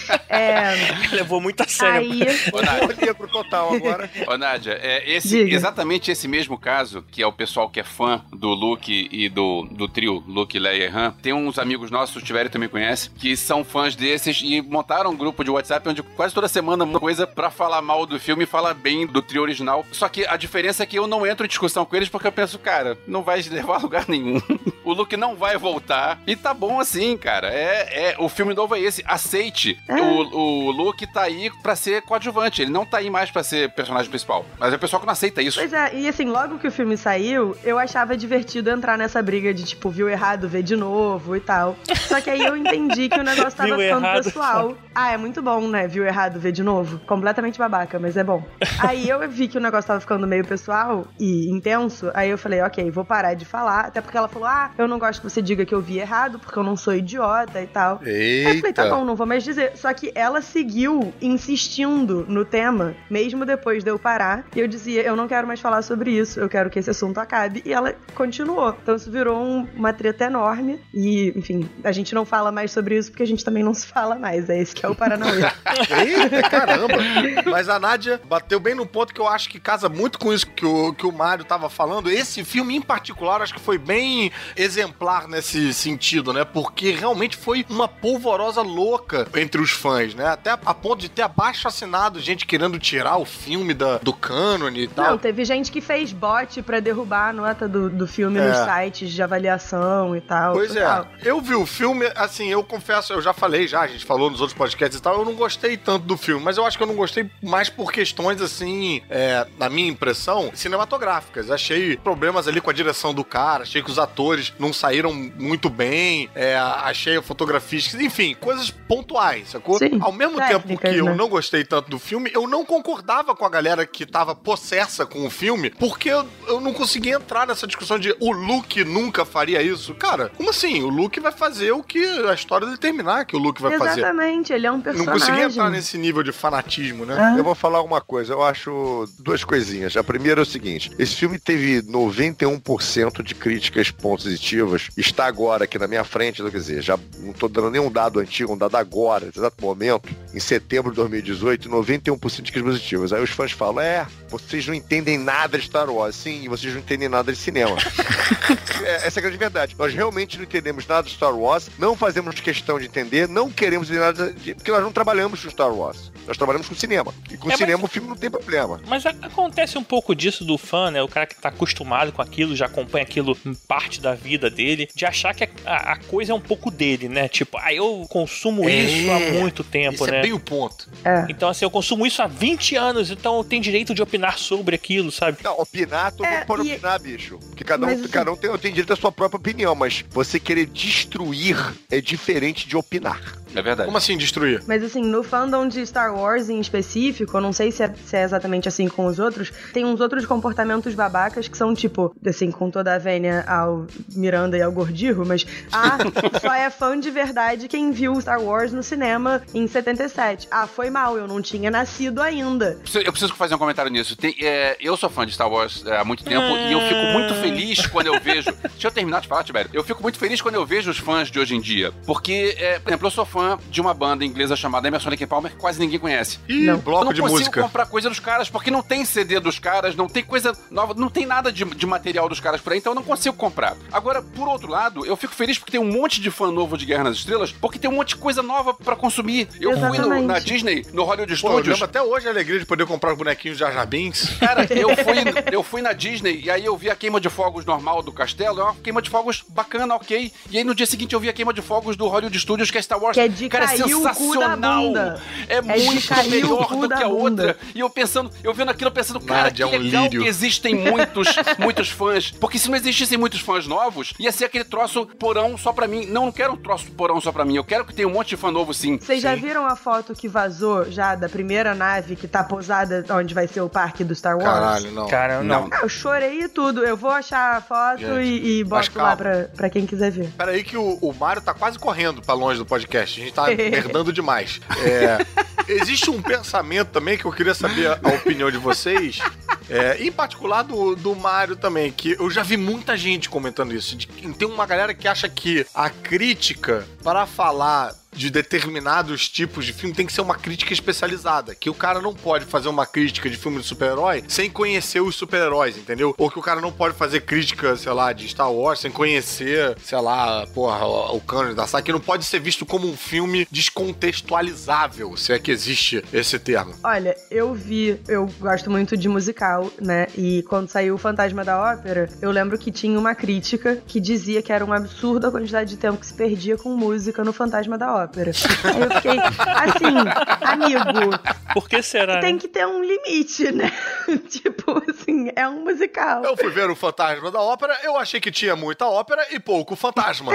Levou muito a sério. Aí... Negro total agora. Ô, Nádia, Diga. exatamente esse mesmo caso, que é o pessoal que é fã do Luke e do trio Luke, Leia e Han, tem uns amigos nossos, o Tibério também conhece, que são fãs desses e montaram um grupo de WhatsApp onde quase toda semana uma coisa pra falar mal do filme e falar bem do trio original. Só que a diferença é que eu não entro em discussão com eles porque eu penso, cara, não vai levar a lugar nenhum. O Luke não vai voltar. E tá bom assim, cara. O filme novo é esse. Aceite. O Luke tá aí pra ser coadjuvante. Ele não tá aí mais pra ser personagem principal. Mas é o pessoal que não aceita isso. Pois é, e assim, logo que o filme saiu, eu achava divertido entrar nessa briga de, tipo, viu errado, vê de novo e tal. Só que aí eu entendi que o negócio tava ficando pessoal. É muito bom, né? Viu errado, vê de novo. Completamente babaca, mas é bom. Aí eu vi que o negócio tava ficando meio pessoal e intenso, aí eu falei, ok, vou parar de falar. Até porque ela falou, eu não gosto que você diga que eu vi errado, porque eu não sou idiota e tal. Eita. Aí eu falei, tá bom, não vou mais dizer. Só que ela seguiu insistindo no tema, mesmo depois de eu parar. E eu dizia, eu não quero mais falar sobre isso, eu quero que esse assunto acabe. E ela continuou. Então isso virou uma treta enorme. E, enfim, a gente não fala mais sobre isso porque a gente também não se fala mais. É esse que é o Paranauê. Eita, caramba! Mas a Nádia bateu bem no ponto que eu acho que casa muito com isso que o Mário tava falando. Esse filme, em particular, acho que foi bem exemplar nesse sentido, né? Porque realmente foi uma polvorosa louca entre os fãs, né? Até a ponto de ter abaixo-assinado gente querendo tirar o filme do cânone e tal. Não, teve gente que fez bot pra derrubar a nota do filme nos sites de avaliação e tal. Pois é. Eu vi o filme, assim, eu confesso, eu já falei, a gente falou nos outros podcasts e tal, eu não gostei tanto do filme, mas eu acho que eu não gostei mais por questões, assim, na minha impressão, cinematográficas. Achei problemas ali com a direção do cara, achei que os atores não saíram muito bem, achei a fotografia, enfim, coisas pontuais, sacou? Sim, ao mesmo tempo que eu não gostei tanto do filme, eu não concordava com a galera que tava possessa com o filme, porque eu não conseguia entrar nessa discussão de o Luke nunca faria isso. Cara, como assim? O Luke vai fazer o que a história determinar que o Luke vai fazer. Exatamente, ele é um personagem. Não conseguia entrar nesse nível de fanatismo, né? Eu vou falar uma coisa, eu acho duas coisinhas. A primeira é o seguinte, esse filme teve 91% de críticas positivas, está agora aqui na minha frente, quer dizer, já não tô dando nenhum dado antigo, um dado agora, nesse exato momento, em setembro de 2018, 91% de críticas positivas. Aí os fãs falam, vocês não entendem nada de Star Wars. Sim, vocês não entendem nada de cinema. Essa é a grande verdade. Nós realmente não entendemos nada de Star Wars, não fazemos questão de entender, não queremos entender nada porque nós não trabalhamos com Star Wars. Nós trabalhamos com cinema. E com cinema o filme não tem problema. Mas acontece um pouco disso do fã, né? O cara que tá acostumado com aquilo, já acompanha aquilo em parte da vida dele, de achar que a coisa é um pouco dele, né? Tipo, eu consumo isso há muito tempo, isso né? É bem o ponto. Então, assim, eu consumo isso há 20 anos, então eu tenho direito de opinar sobre aquilo, sabe? Não, opinar, todo mundo pode opinar, bicho. Porque cada um tem direito à sua própria opinião, mas você querer destruir é diferente de opinar. É verdade. Como assim destruir? Mas assim, no fandom de Star Wars em específico, eu não sei se é exatamente assim com os outros, tem uns outros comportamentos babacas que são tipo, assim, com toda a vênia ao Miranda e ao Gordirro, mas só é fã de verdade quem viu Star Wars no cinema em 77. Foi mal, eu não tinha nascido ainda. Eu preciso fazer um comentário nisso. Eu sou fã de Star Wars há muito tempo e eu fico muito feliz quando eu vejo... Deixa eu terminar de falar, Tibério. Eu fico muito feliz quando eu vejo os fãs de hoje em dia, porque, por exemplo, eu sou fã de uma banda inglesa chamada Emerson, Lake & Palmer, que quase ninguém conhece. Bloco de música. Eu não consigo comprar coisa dos caras, porque não tem CD dos caras, não tem coisa nova, não tem nada de material dos caras por aí, então eu não consigo comprar. Agora, por outro lado, eu fico feliz porque tem um monte de fã novo de Guerra nas Estrelas, porque tem um monte de coisa nova pra consumir. Eu fui na Disney, no Hollywood Studios. Eu lembro até hoje a alegria de poder comprar os bonequinhos de Jar Jar Binks. Cara, eu fui na Disney e aí eu vi a queima de fogos normal do castelo, é uma queima de fogos bacana, ok. E aí no dia seguinte eu vi a queima de fogos do Hollywood Studios, que é Star Wars. Que é de cara, é cair o cu da sensacional. bunda. É de muito cair o melhor cu do da que a bunda. outra. E eu vendo aquilo, pensando, cara, Nádia, que é um legal lírio. que existem muitos fãs. Porque se não existissem muitos fãs novos, ia ser aquele troço porão só pra mim. Não quero um troço porão só pra mim. Eu quero que tenha um monte de fã novo, sim. Vocês já viram a foto que vazou já da primeira nave que tá pousada onde vai ser o parque do Star Wars? Caralho, não. Cara, não. Eu chorei e tudo. Eu vou achar a foto Gente, e mas boto lá calma. pra quem quiser ver. Peraí que o Mário tá quase correndo pra longe do podcast. A gente tá merdando demais. Existe um pensamento também que eu queria saber a opinião de vocês. Em particular do Mário também, que eu já vi muita gente comentando isso. Tem uma galera que acha que a crítica para falar de determinados tipos de filme tem que ser uma crítica especializada, que o cara não pode fazer uma crítica de filme de super-herói sem conhecer os super-heróis, entendeu? Ou que o cara não pode fazer crítica, sei lá, de Star Wars sem conhecer, sei lá, porra, o cânone da saga, que não pode ser visto como um filme descontextualizável, se é que existe esse termo. Olha, eu gosto muito de musical, né? E quando saiu o Fantasma da Ópera, eu lembro que tinha uma crítica que dizia que era um absurdo a quantidade de tempo que se perdia com música no Fantasma da Ópera. Aí eu fiquei assim, amigo. Por que será? Tem que ter um limite, né? Tipo assim, é um musical. Eu fui ver o Fantasma da Ópera, eu achei que tinha muita ópera e pouco fantasma.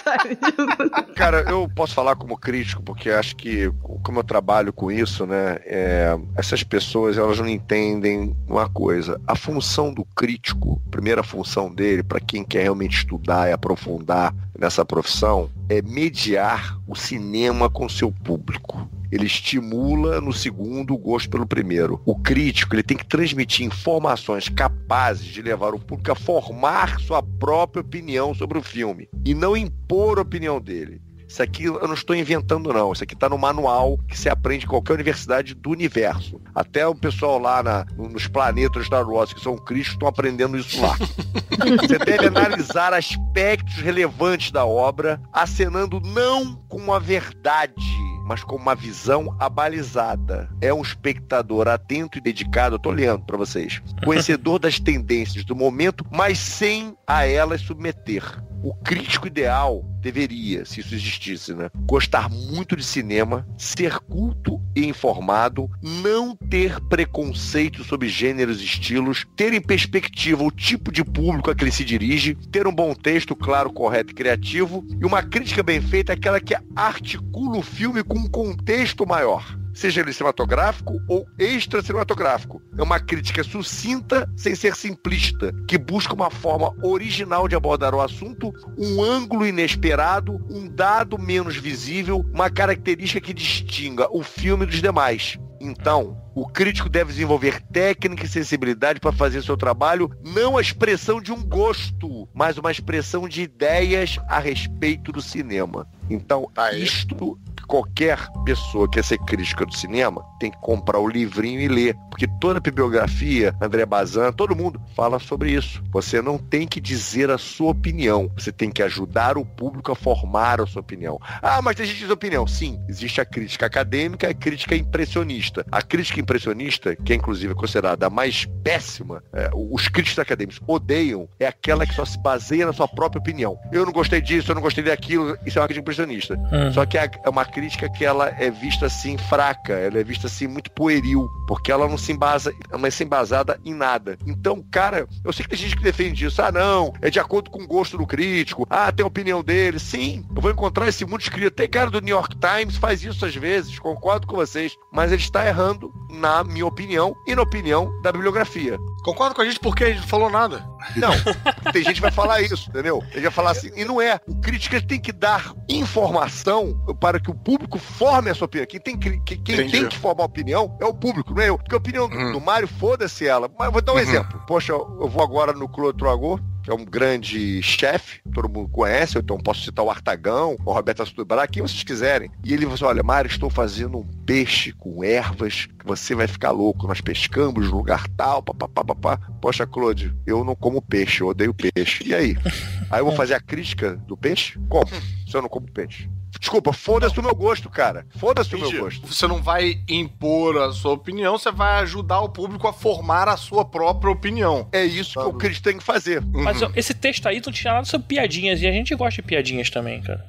Cara, eu posso falar como crítico, porque acho que, como eu trabalho com isso, né, essas pessoas, elas não entendem uma coisa. A função do crítico, a primeira função dele, para quem quer realmente estudar e aprofundar nessa profissão, é mediar o cinema com seu público. Ele estimula no segundo o gosto pelo primeiro. O crítico, ele tem que transmitir informações capazes de levar o público a formar sua própria opinião sobre o filme e não impor a opinião dele. Isso aqui eu não estou inventando, não. Isso aqui está no manual que se aprende em qualquer universidade do universo. Até o pessoal lá nos planetas Star Wars, que são críticos, estão aprendendo isso lá. Você deve analisar aspectos relevantes da obra, acenando não com a verdade, mas com uma visão abalizada. É um espectador atento e dedicado, eu tô lendo para vocês, conhecedor das tendências do momento, mas sem a elas submeter. O crítico ideal deveria, se isso existisse, né, gostar muito de cinema, ser culto e informado, não ter preconceito sobre gêneros e estilos, ter em perspectiva o tipo de público a que ele se dirige, ter um bom texto, claro, correto e criativo, e uma crítica bem feita é aquela que articula o filme com um contexto maior, seja ele cinematográfico ou extra-cinematográfico. É uma crítica sucinta, sem ser simplista, que busca uma forma original de abordar o assunto, um ângulo inesperado, um dado menos visível, uma característica que distinga o filme dos demais. Então, o crítico deve desenvolver técnica e sensibilidade para fazer seu trabalho, não a expressão de um gosto, mas uma expressão de ideias a respeito do cinema. Então, isto qualquer pessoa que quer ser crítica do cinema tem que comprar o livrinho e ler, porque toda a bibliografia, André Bazin, todo mundo fala sobre isso. Você não tem que dizer a sua opinião, você tem que ajudar o público a formar a sua opinião. Ah, mas tem gente que diz opinião. Sim, existe a crítica acadêmica e a crítica impressionista. A crítica impressionista, que é inclusive considerada a mais péssima, os críticos acadêmicos odeiam, é aquela que só se baseia na sua própria opinião. Eu não gostei disso, eu não gostei daquilo, isso é uma crítica impressionista. Só que é uma crítica que ela é vista assim fraca, ela é vista assim muito pueril, porque ela não se embasa, ela é embasada em nada. Então, cara, eu sei que tem gente que defende isso. Ah, não, é de acordo com o gosto do crítico. Ah, tem a opinião dele. Sim, eu vou encontrar esse mundo escrito. Tem cara do New York Times, faz isso às vezes, concordo com vocês, mas ele está errando na minha opinião e na opinião da bibliografia. Concorda com a gente porque a gente não falou nada. Não, tem gente que vai falar isso, entendeu? Ele vai falar assim, e não é. O crítico ele tem que dar informação para que o público forme a sua opinião. Quem tem que formar a opinião é o público, não é eu. Porque a opinião do Mário, foda-se ela. Mas eu vou dar um exemplo. Poxa, eu vou agora no Claude Troagot, que é um grande chefe, todo mundo conhece, então posso citar o Artagão, o Roberto Astudillah, quem vocês quiserem. E ele falou assim, olha, Mário, estou fazendo um peixe com ervas, que você vai ficar louco, nós pescamos no lugar tal, papapá. Poxa, Claude, eu não como peixe, eu odeio peixe. E aí? Aí eu vou fazer a crítica do peixe? Como? Se eu não como peixe. Desculpa, foda-se o meu gosto, cara. Foda-se o meu Entendi. gosto. Você não vai impor a sua opinião, você vai ajudar o público a formar a sua própria opinião. É isso que o Chris tem que fazer. Mas ó, esse texto aí não tinha nada sobre piadinhas, e a gente gosta de piadinhas também, cara.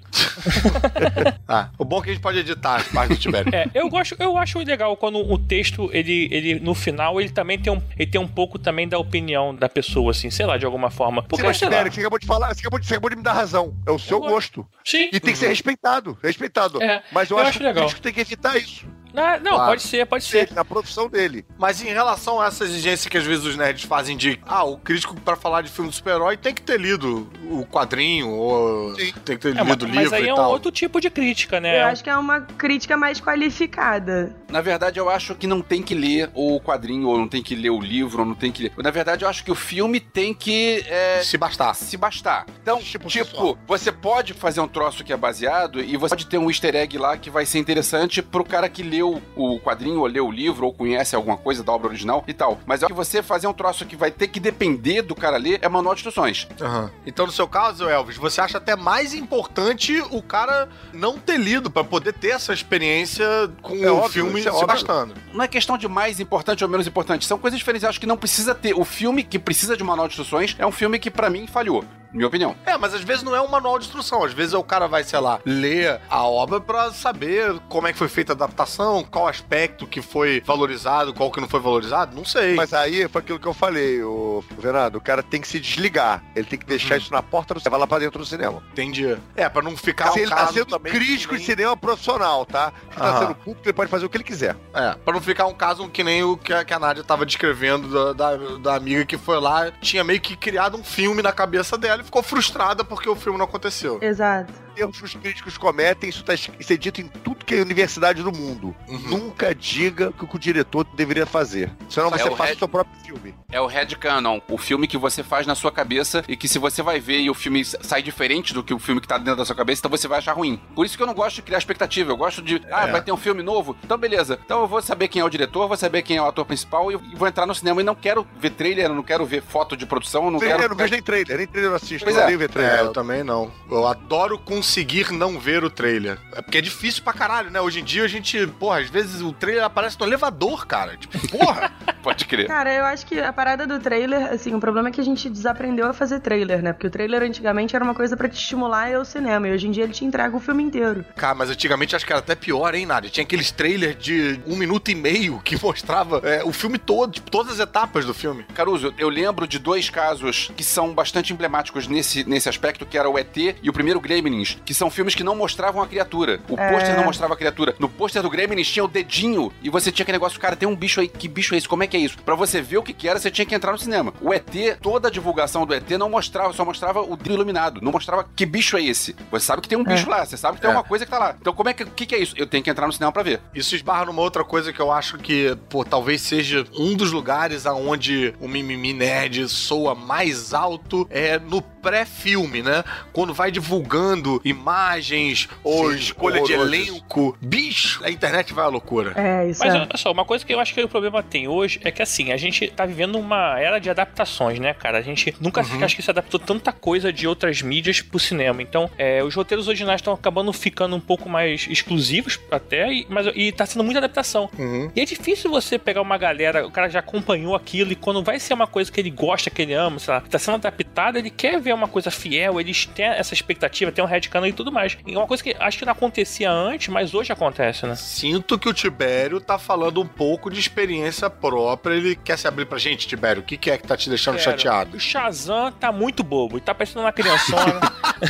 O bom é que a gente pode editar as partes do Tibério. Eu acho legal quando o texto, ele no final, ele também tem um pouco também da opinião da pessoa, assim, sei lá, de alguma forma. Porque, Mas, sei lá, Tibério, você acabou de falar, você acabou de me dar razão. É o seu gosto. Sim. E tem que ser respeitado. Mas eu acho que o legal. crítico tem que evitar isso. Não, Claro. pode ser. Na produção dele. Mas em relação a essa exigência que às vezes os nerds fazem de o crítico pra falar de filme de super-herói tem que ter lido o quadrinho, ou tem que ter lido o livro Mas aí e é um tal. outro tipo de crítica, né? Eu acho que é uma crítica mais qualificada. Na verdade, eu acho que não tem que ler o quadrinho, ou não tem que ler o livro, ou não tem que ler... Na verdade, eu acho que o filme tem que... Se bastar. Se bastar. Então, tipo, você pode fazer um troço que é baseado e você pode ter um easter egg lá que vai ser interessante pro cara que leu o quadrinho, ou leu o livro, ou conhece alguma coisa da obra original e tal. Mas é que você fazer um troço que vai ter que depender do cara ler é manual de instruções. Então, no seu caso, Elvis, você acha até mais importante o cara não ter lido pra poder ter essa experiência com o filme se bastando. Não é questão de mais importante ou menos importante, são coisas diferentes. Eu acho que não precisa ter. O filme que precisa de manual de instruções é um filme que, pra mim, falhou. Minha opinião. Mas às vezes não é um manual de instrução. Às vezes o cara vai, sei lá, ler a obra pra saber como é que foi feita a adaptação, qual aspecto que foi valorizado, qual que não foi valorizado, não sei. Mas aí foi aquilo que eu falei, o Fernando, o cara tem que se desligar. Ele tem que deixar isso na porta do cinema, vai lá pra dentro do cinema. Entendi. Pra não ficar Se um ele tá caso sendo também crítico que de cinema profissional, tá? Se tá sendo público, ele pode fazer o que ele quiser. Pra não ficar um caso que nem o que a Nádia tava descrevendo da amiga que foi lá, tinha meio que criado um filme na cabeça dela e ficou frustrada porque o filme não aconteceu. Exato. Erros que os críticos cometem, isso é dito em tudo que é universidade do mundo. Nunca diga o que o diretor deveria fazer. Senão você faz o seu próprio filme. É o headcanon, o filme que você faz na sua cabeça e que se você vai ver e o filme sai diferente do que o filme que tá dentro da sua cabeça, então você vai achar ruim. Por isso que eu não gosto de criar expectativa, eu gosto de, vai ter um filme novo, então beleza. Então eu vou saber quem é o diretor, vou saber quem é o ator principal e vou entrar no cinema e não quero ver trailer, eu não quero ver foto de produção, eu não quero... Eu não vejo nem trailer eu assisto, Pois eu é. nem ver trailer. Eu também não. Eu adoro conseguir não ver o trailer. É porque é difícil pra caralho, né? Hoje em dia a gente, às vezes o trailer aparece no elevador, cara. Tipo, Pode crer. Cara, eu acho que a parada do trailer, assim, o problema é que a gente desaprendeu a fazer trailer, né? Porque o trailer antigamente era uma coisa pra te estimular a ir ao cinema, e hoje em dia ele te entrega o filme inteiro. Cara, mas antigamente acho que era até pior, hein, Nádia? Tinha aqueles trailers de 1 minuto e meio que mostrava o filme todo, tipo, todas as etapas do filme. Caruso, eu lembro de 2 casos que são bastante emblemáticos nesse aspecto, que era o ET e o primeiro Gremlins, que são filmes que não mostravam a criatura. O pôster não mostrava a criatura. No pôster do Gremlins tinha o dedinho e você tinha aquele negócio, cara, tem um bicho aí, que bicho é esse? Como é que é isso? Pra você ver o que era, você tinha que entrar no cinema. O ET, toda a divulgação do ET não mostrava, só mostrava o dedo iluminado, não mostrava que bicho é esse. Você sabe que tem um bicho lá, você sabe que tem uma coisa que tá lá. Então como é que é isso? Eu tenho que entrar no cinema pra ver. Isso esbarra numa outra coisa que eu acho que, talvez seja um dos lugares aonde o mimimi nerd soa mais alto no pré-filme, né? Quando vai divulgando imagens ou escolha de elenco, bicho, a internet vai à loucura. Isso Mas olha só, uma coisa que eu acho que o problema tem hoje é que, assim, a gente tá vivendo uma era de adaptações, né, cara? A gente nunca acho que se adaptou tanta coisa de outras mídias pro cinema. Então, os roteiros originais estão acabando ficando um pouco mais exclusivos até, e tá sendo muita adaptação. E é difícil você pegar uma galera, o cara já acompanhou aquilo, e quando vai ser uma coisa que ele gosta, que ele ama, sei lá, que tá sendo adaptado, ele quer ver uma coisa fiel, eles têm essa expectativa, tem um headcanon e tudo mais. E é uma coisa que acho que não acontecia antes, mas hoje acontece, né? Sinto que o Tibério tá falando um pouco de experiência própria. Ele quer se abrir pra gente, Tibério? O que é que tá te deixando chateado? O Shazam tá muito bobo e tá parecendo uma criançona.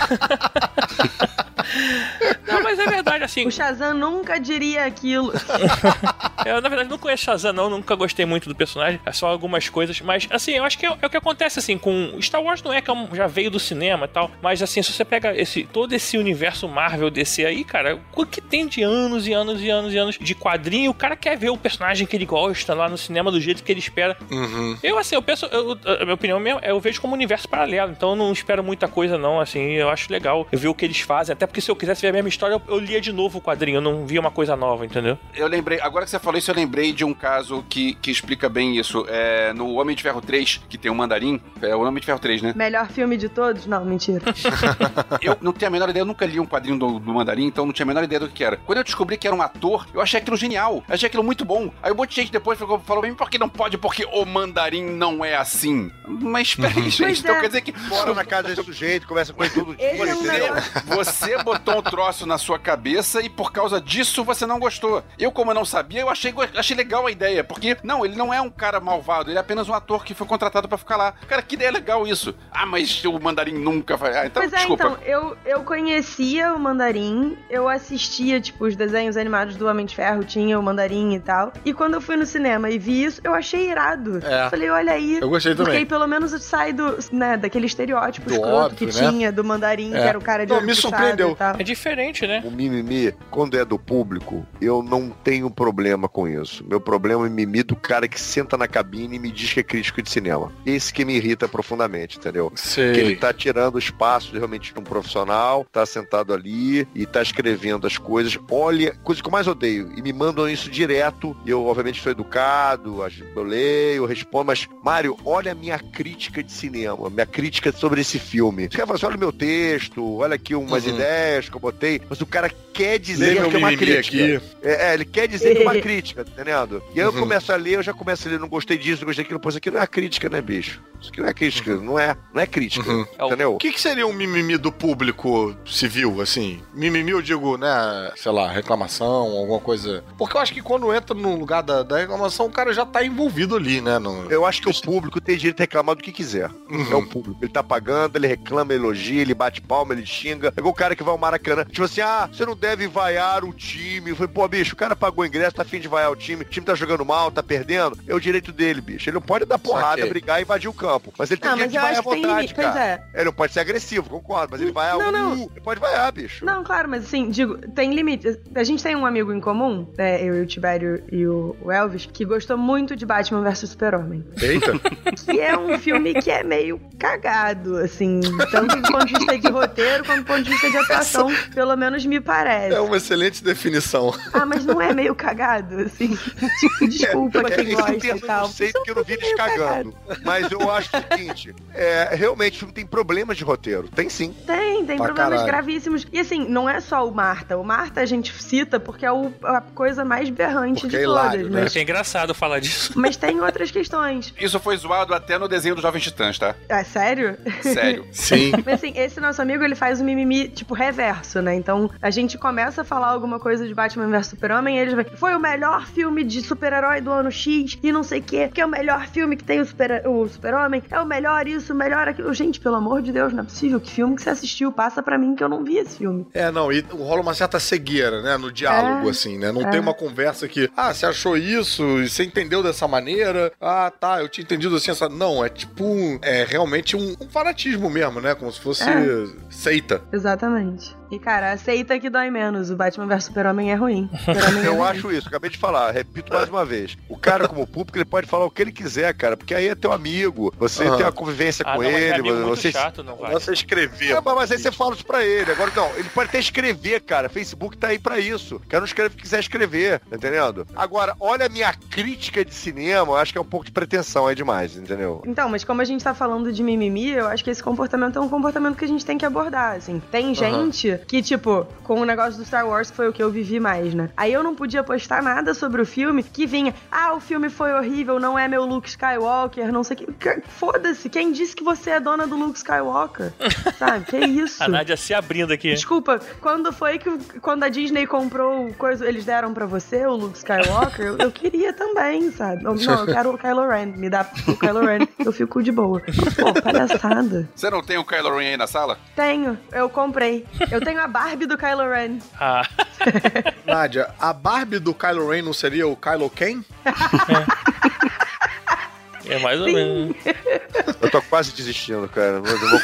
Não, mas é verdade, assim. O Shazam nunca diria aquilo. Eu, na verdade, não conheço Shazam, não. Nunca gostei muito do personagem. É só algumas coisas. Mas, assim, eu acho que é o que acontece, assim, com... Star Wars não é que já veio do cinema e tal. Mas, assim, se você pega todo esse universo Marvel DC aí, cara, o que tem de anos e anos e anos e anos de quadrinho, o cara quer ver o personagem que ele gosta lá no cinema do jeito que ele espera. Eu, assim, eu penso... a minha opinião mesmo, eu vejo como um universo paralelo. Então, eu não espero muita coisa, não. Assim, eu acho legal eu ver o que eles fazem. Até porque se eu quisesse ver a mesma história, eu lia de novo o quadrinho. Eu não via uma coisa nova, entendeu? Eu lembrei, agora que você falou isso, eu lembrei de um caso que explica bem isso. No Homem de Ferro 3, que tem um mandarim. É o Homem de Ferro 3, né? Melhor filme de todos? Não, mentira. Eu não tenho a menor ideia, eu nunca li um quadrinho do mandarim, então não tinha a menor ideia do que era. Quando eu descobri que era um ator, eu achei aquilo genial. Achei aquilo muito bom. Aí um monte de gente depois falou pra mim, por que não pode? Porque o mandarim não é assim. Mas peraí, gente, então quer dizer que... Mora na casa desse sujeito, conversa com ele todo dia, Esse é um entendeu? Você botou um troço na sua cabeça e por causa disso você não gostou. Eu, como eu não sabia, eu achei legal a ideia, porque, não, ele não é um cara malvado, ele é apenas um ator que foi contratado pra ficar lá. Cara, que ideia legal isso. Ah, mas o mandarim nunca vai... Ah, então, Pois é, desculpa. então, eu conhecia o Mandarim, eu assistia, tipo, os desenhos animados do Homem de Ferro, tinha o Mandarim e tal. E quando eu fui no cinema e vi isso, eu achei irado. Falei, olha aí. Eu gostei também. Porque aí pelo menos sai daquele estereótipo Do escroto óbvio, que né? tinha do Mandarim, que era o cara de Não, olho me puxado surpreendeu. e tal. É diferente, né? O mimimi, quando é do público, eu não tenho problema com isso. Meu problema é o mimimi do cara que senta na cabine e me diz que é crítico de cinema. Esse que me irrita profundamente, entendeu? Sei. Que ele tá tirando o espaço realmente de um profissional, tá sentado ali e tá escrevendo as coisas. Olha, coisa que eu mais odeio. E me mandam isso direto. E eu, obviamente, sou educado, eu leio, eu respondo. Mas, Mário, olha a minha crítica de cinema, minha crítica sobre esse filme. Você quer falar assim, olha o meu texto, olha aqui umas ideias que eu botei. Mas o cara quer dizer que é uma crítica. Ele quer dizer que é uma crítica, tá entendendo? E aí eu começo a ler, eu já começo a ler, não gostei disso, não gostei daquilo. Pô, isso aqui não é crítica, né, bicho? Isso aqui não é crítica, não é crítica, entendeu? O que seria um mimimi do público civil, assim? Mimimi, eu digo, né, sei lá, reclamação, alguma coisa... Porque eu acho que quando entra no lugar da reclamação, o cara já tá envolvido ali, né? Eu acho que o público tem direito de reclamar do que quiser. É o público. Ele tá pagando, ele reclama, elogia, ele bate palma, ele xinga. É igual o cara que vai ao Maracanã. Tipo assim, você não deve vaiar o time. Eu falei, pô, bicho, o cara pagou o ingresso, tá afim de vaiar o time tá jogando mal, tá perdendo. É o direito dele, bicho. Ele não pode dar porrada, brigar e invadir o campo. Mas ele tem direito de vaiar à vontade, cara. Pois é. Ele não pode ser agressivo, concordo. Mas ele vai ele pode vaiar, bicho. Não, claro, mas assim, digo, tem limite. A gente tem um amigo em comum, né, eu e o Tibério e o Elvis, que gostou muito de Batman vs Super-Homem. Eita! Que é um filme que é meio cagado, assim, tanto do ponto de vista de roteiro quanto do ponto de vista de atuação, pelo menos me parece. É uma excelente definição. Ah, mas não é meio cagado, assim? Tipo, desculpa quem gosta e tal. Eu não sei porque eu não vi eles cagando. Mas eu acho o seguinte, realmente o filme tem problemas de roteiro. Tem sim. Tem problemas caralho. gravíssimos. E assim, não é só o Marta. O Marta a gente cita porque é a coisa mais berrante Porque de é todas. hilário, né? Mas, É engraçado falar disso. mas tem outras questões. Isso foi zoado até no desenho do Jovem Titãs, tá? É sério? Sério. Sim. Mas assim, esse nosso amigo, ele faz o mimimi, tipo, reverso, né? Então, a gente começa a falar alguma coisa de Batman vs Super-Homem e eles vai, foi o melhor filme de super-herói do ano X e não sei o quê, que é o melhor filme que tem o Super-Homem, é o melhor isso, o melhor aquilo. Gente, pelo amor de Deus, não é possível. Que filme que você assistiu? Passa pra mim que eu não vi esse filme. Não, e rola uma certa cegueira, né, no diálogo, assim, né? Não tem uma conversa que, você achou isso, e você entendeu dessa maneira, tá, eu tinha entendido assim, essa... Não, é tipo, realmente um fanatismo mesmo, né? Como se fosse seita. Exatamente. E, cara, aceita que dói menos. O Batman vs Super-Homem é ruim. Eu acho isso, acabei de falar, repito mais uma vez. O cara, como público, ele pode falar o que ele quiser, cara, porque aí é teu amigo, você tem uma convivência com não, mas é ele, amigo muito você... chato, não vai. Você escrever. Mas aí você fala isso pra ele. Agora, não, ele pode até escrever, cara. Facebook tá aí pra isso. Quero não escrever o que quiser escrever, tá entendendo? Agora, olha a minha crítica de cinema, eu acho que é um pouco de pretensão aí demais, entendeu? Então, mas como a gente tá falando de mimimi, eu acho que esse comportamento é um comportamento que a gente tem que abordar, assim. Tem gente que, tipo, com o negócio do Star Wars, que foi o que eu vivi mais, né? Aí eu não podia postar nada sobre o filme que vinha, o filme foi horrível, não é meu Luke Skywalker, não sei o que. Foda-se, quem disse que você é dona do Luke Skywalker? Sabe? Que isso? A Nádia se abrindo aqui. Desculpa, quando foi que quando a Disney comprou coisa, eles deram pra você o Luke Skywalker? Eu queria também, sabe? Não, eu quero o Kylo Ren, me dá o Kylo Ren, eu fico de boa. Pô, palhaçada. Você não tem o Kylo Ren aí na sala? Tenho, eu comprei. Eu tenho a Barbie do Kylo Ren. Nádia, a Barbie do Kylo Ren não seria o Kylo Ken? É mais ou menos. Eu tô quase desistindo, cara. Eu vou...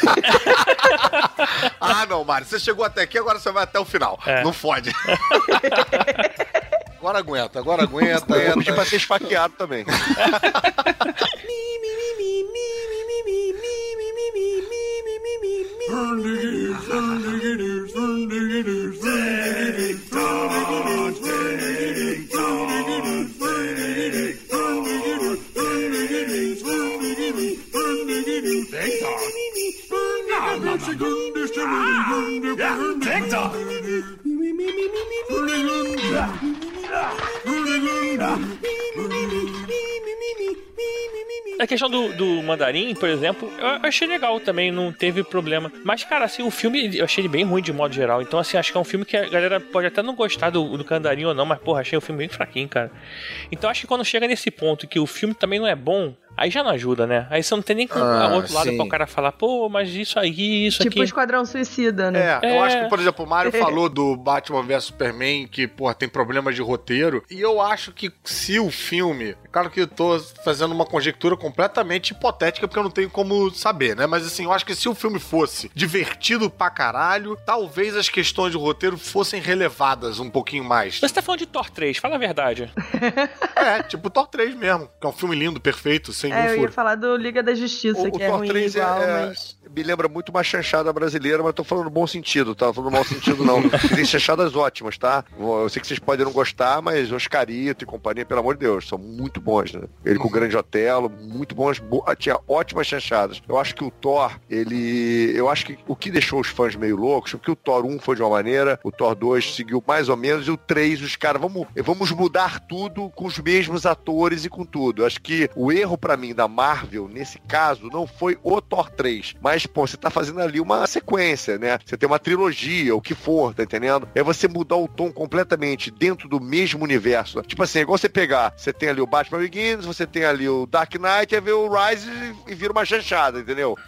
Não, Mário, você chegou até aqui, agora você vai até o final. Não fode. Agora aguenta. Eu vou pedir pra ser esfaqueado também. A questão do Mandarim, por exemplo, eu achei legal também, não teve problema. Mas, cara, assim, o filme, eu achei ele bem ruim de modo geral. Então, assim, acho que é um filme que a galera pode até não gostar do Mandarim ou não, mas, porra, achei o filme bem fraquinho, cara. Então, acho que quando chega nesse ponto que o filme também não é bom, aí já não ajuda, né? Aí você não tem nem outro lado pra o cara falar, pô, mas isso aí, isso tipo aqui... Tipo Esquadrão Suicida, né? Eu acho que, por exemplo, o Mário falou do Batman vs Superman, que, pô, tem problemas de roteiro, e eu acho que se o filme... Claro que eu tô fazendo uma conjectura completamente hipotética, porque eu não tenho como saber, né? Mas, assim, eu acho que se o filme fosse divertido pra caralho, talvez as questões de roteiro fossem relevadas um pouquinho mais. Você tá falando de Thor 3, fala a verdade. Tipo Thor 3 mesmo, que é um filme lindo, perfeito, sem nenhum eu furo. ia falar do Liga da Justiça, que é Thor ruim 3 igual, mas... Me lembra muito uma chanchada brasileira, mas tô falando no bom sentido, tá? Tô falando no mau sentido, não. Tem chanchadas ótimas, tá? Eu sei que vocês podem não gostar, mas Oscarito e companhia, pelo amor de Deus, são muito bons, né? Ele com o Grande Otelo, muito bons, tinha ótimas chanchadas. Eu acho que o Thor, eu acho que o que deixou os fãs meio loucos, porque o Thor 1 foi de uma maneira, o Thor 2 seguiu mais ou menos, e o 3, os caras, vamos mudar tudo com os mesmos atores e com tudo. Eu acho que o erro pra mim da Marvel, nesse caso, não foi o Thor 3, mas, pô, você tá fazendo ali uma sequência, né? Você tem uma trilogia, o que for, tá entendendo? É você mudar o tom completamente dentro do mesmo universo. Tipo assim, é igual você pegar, você tem ali o Batman Begins, você tem ali o Dark Knight, aí vem o Rise e vira uma chanchada, entendeu?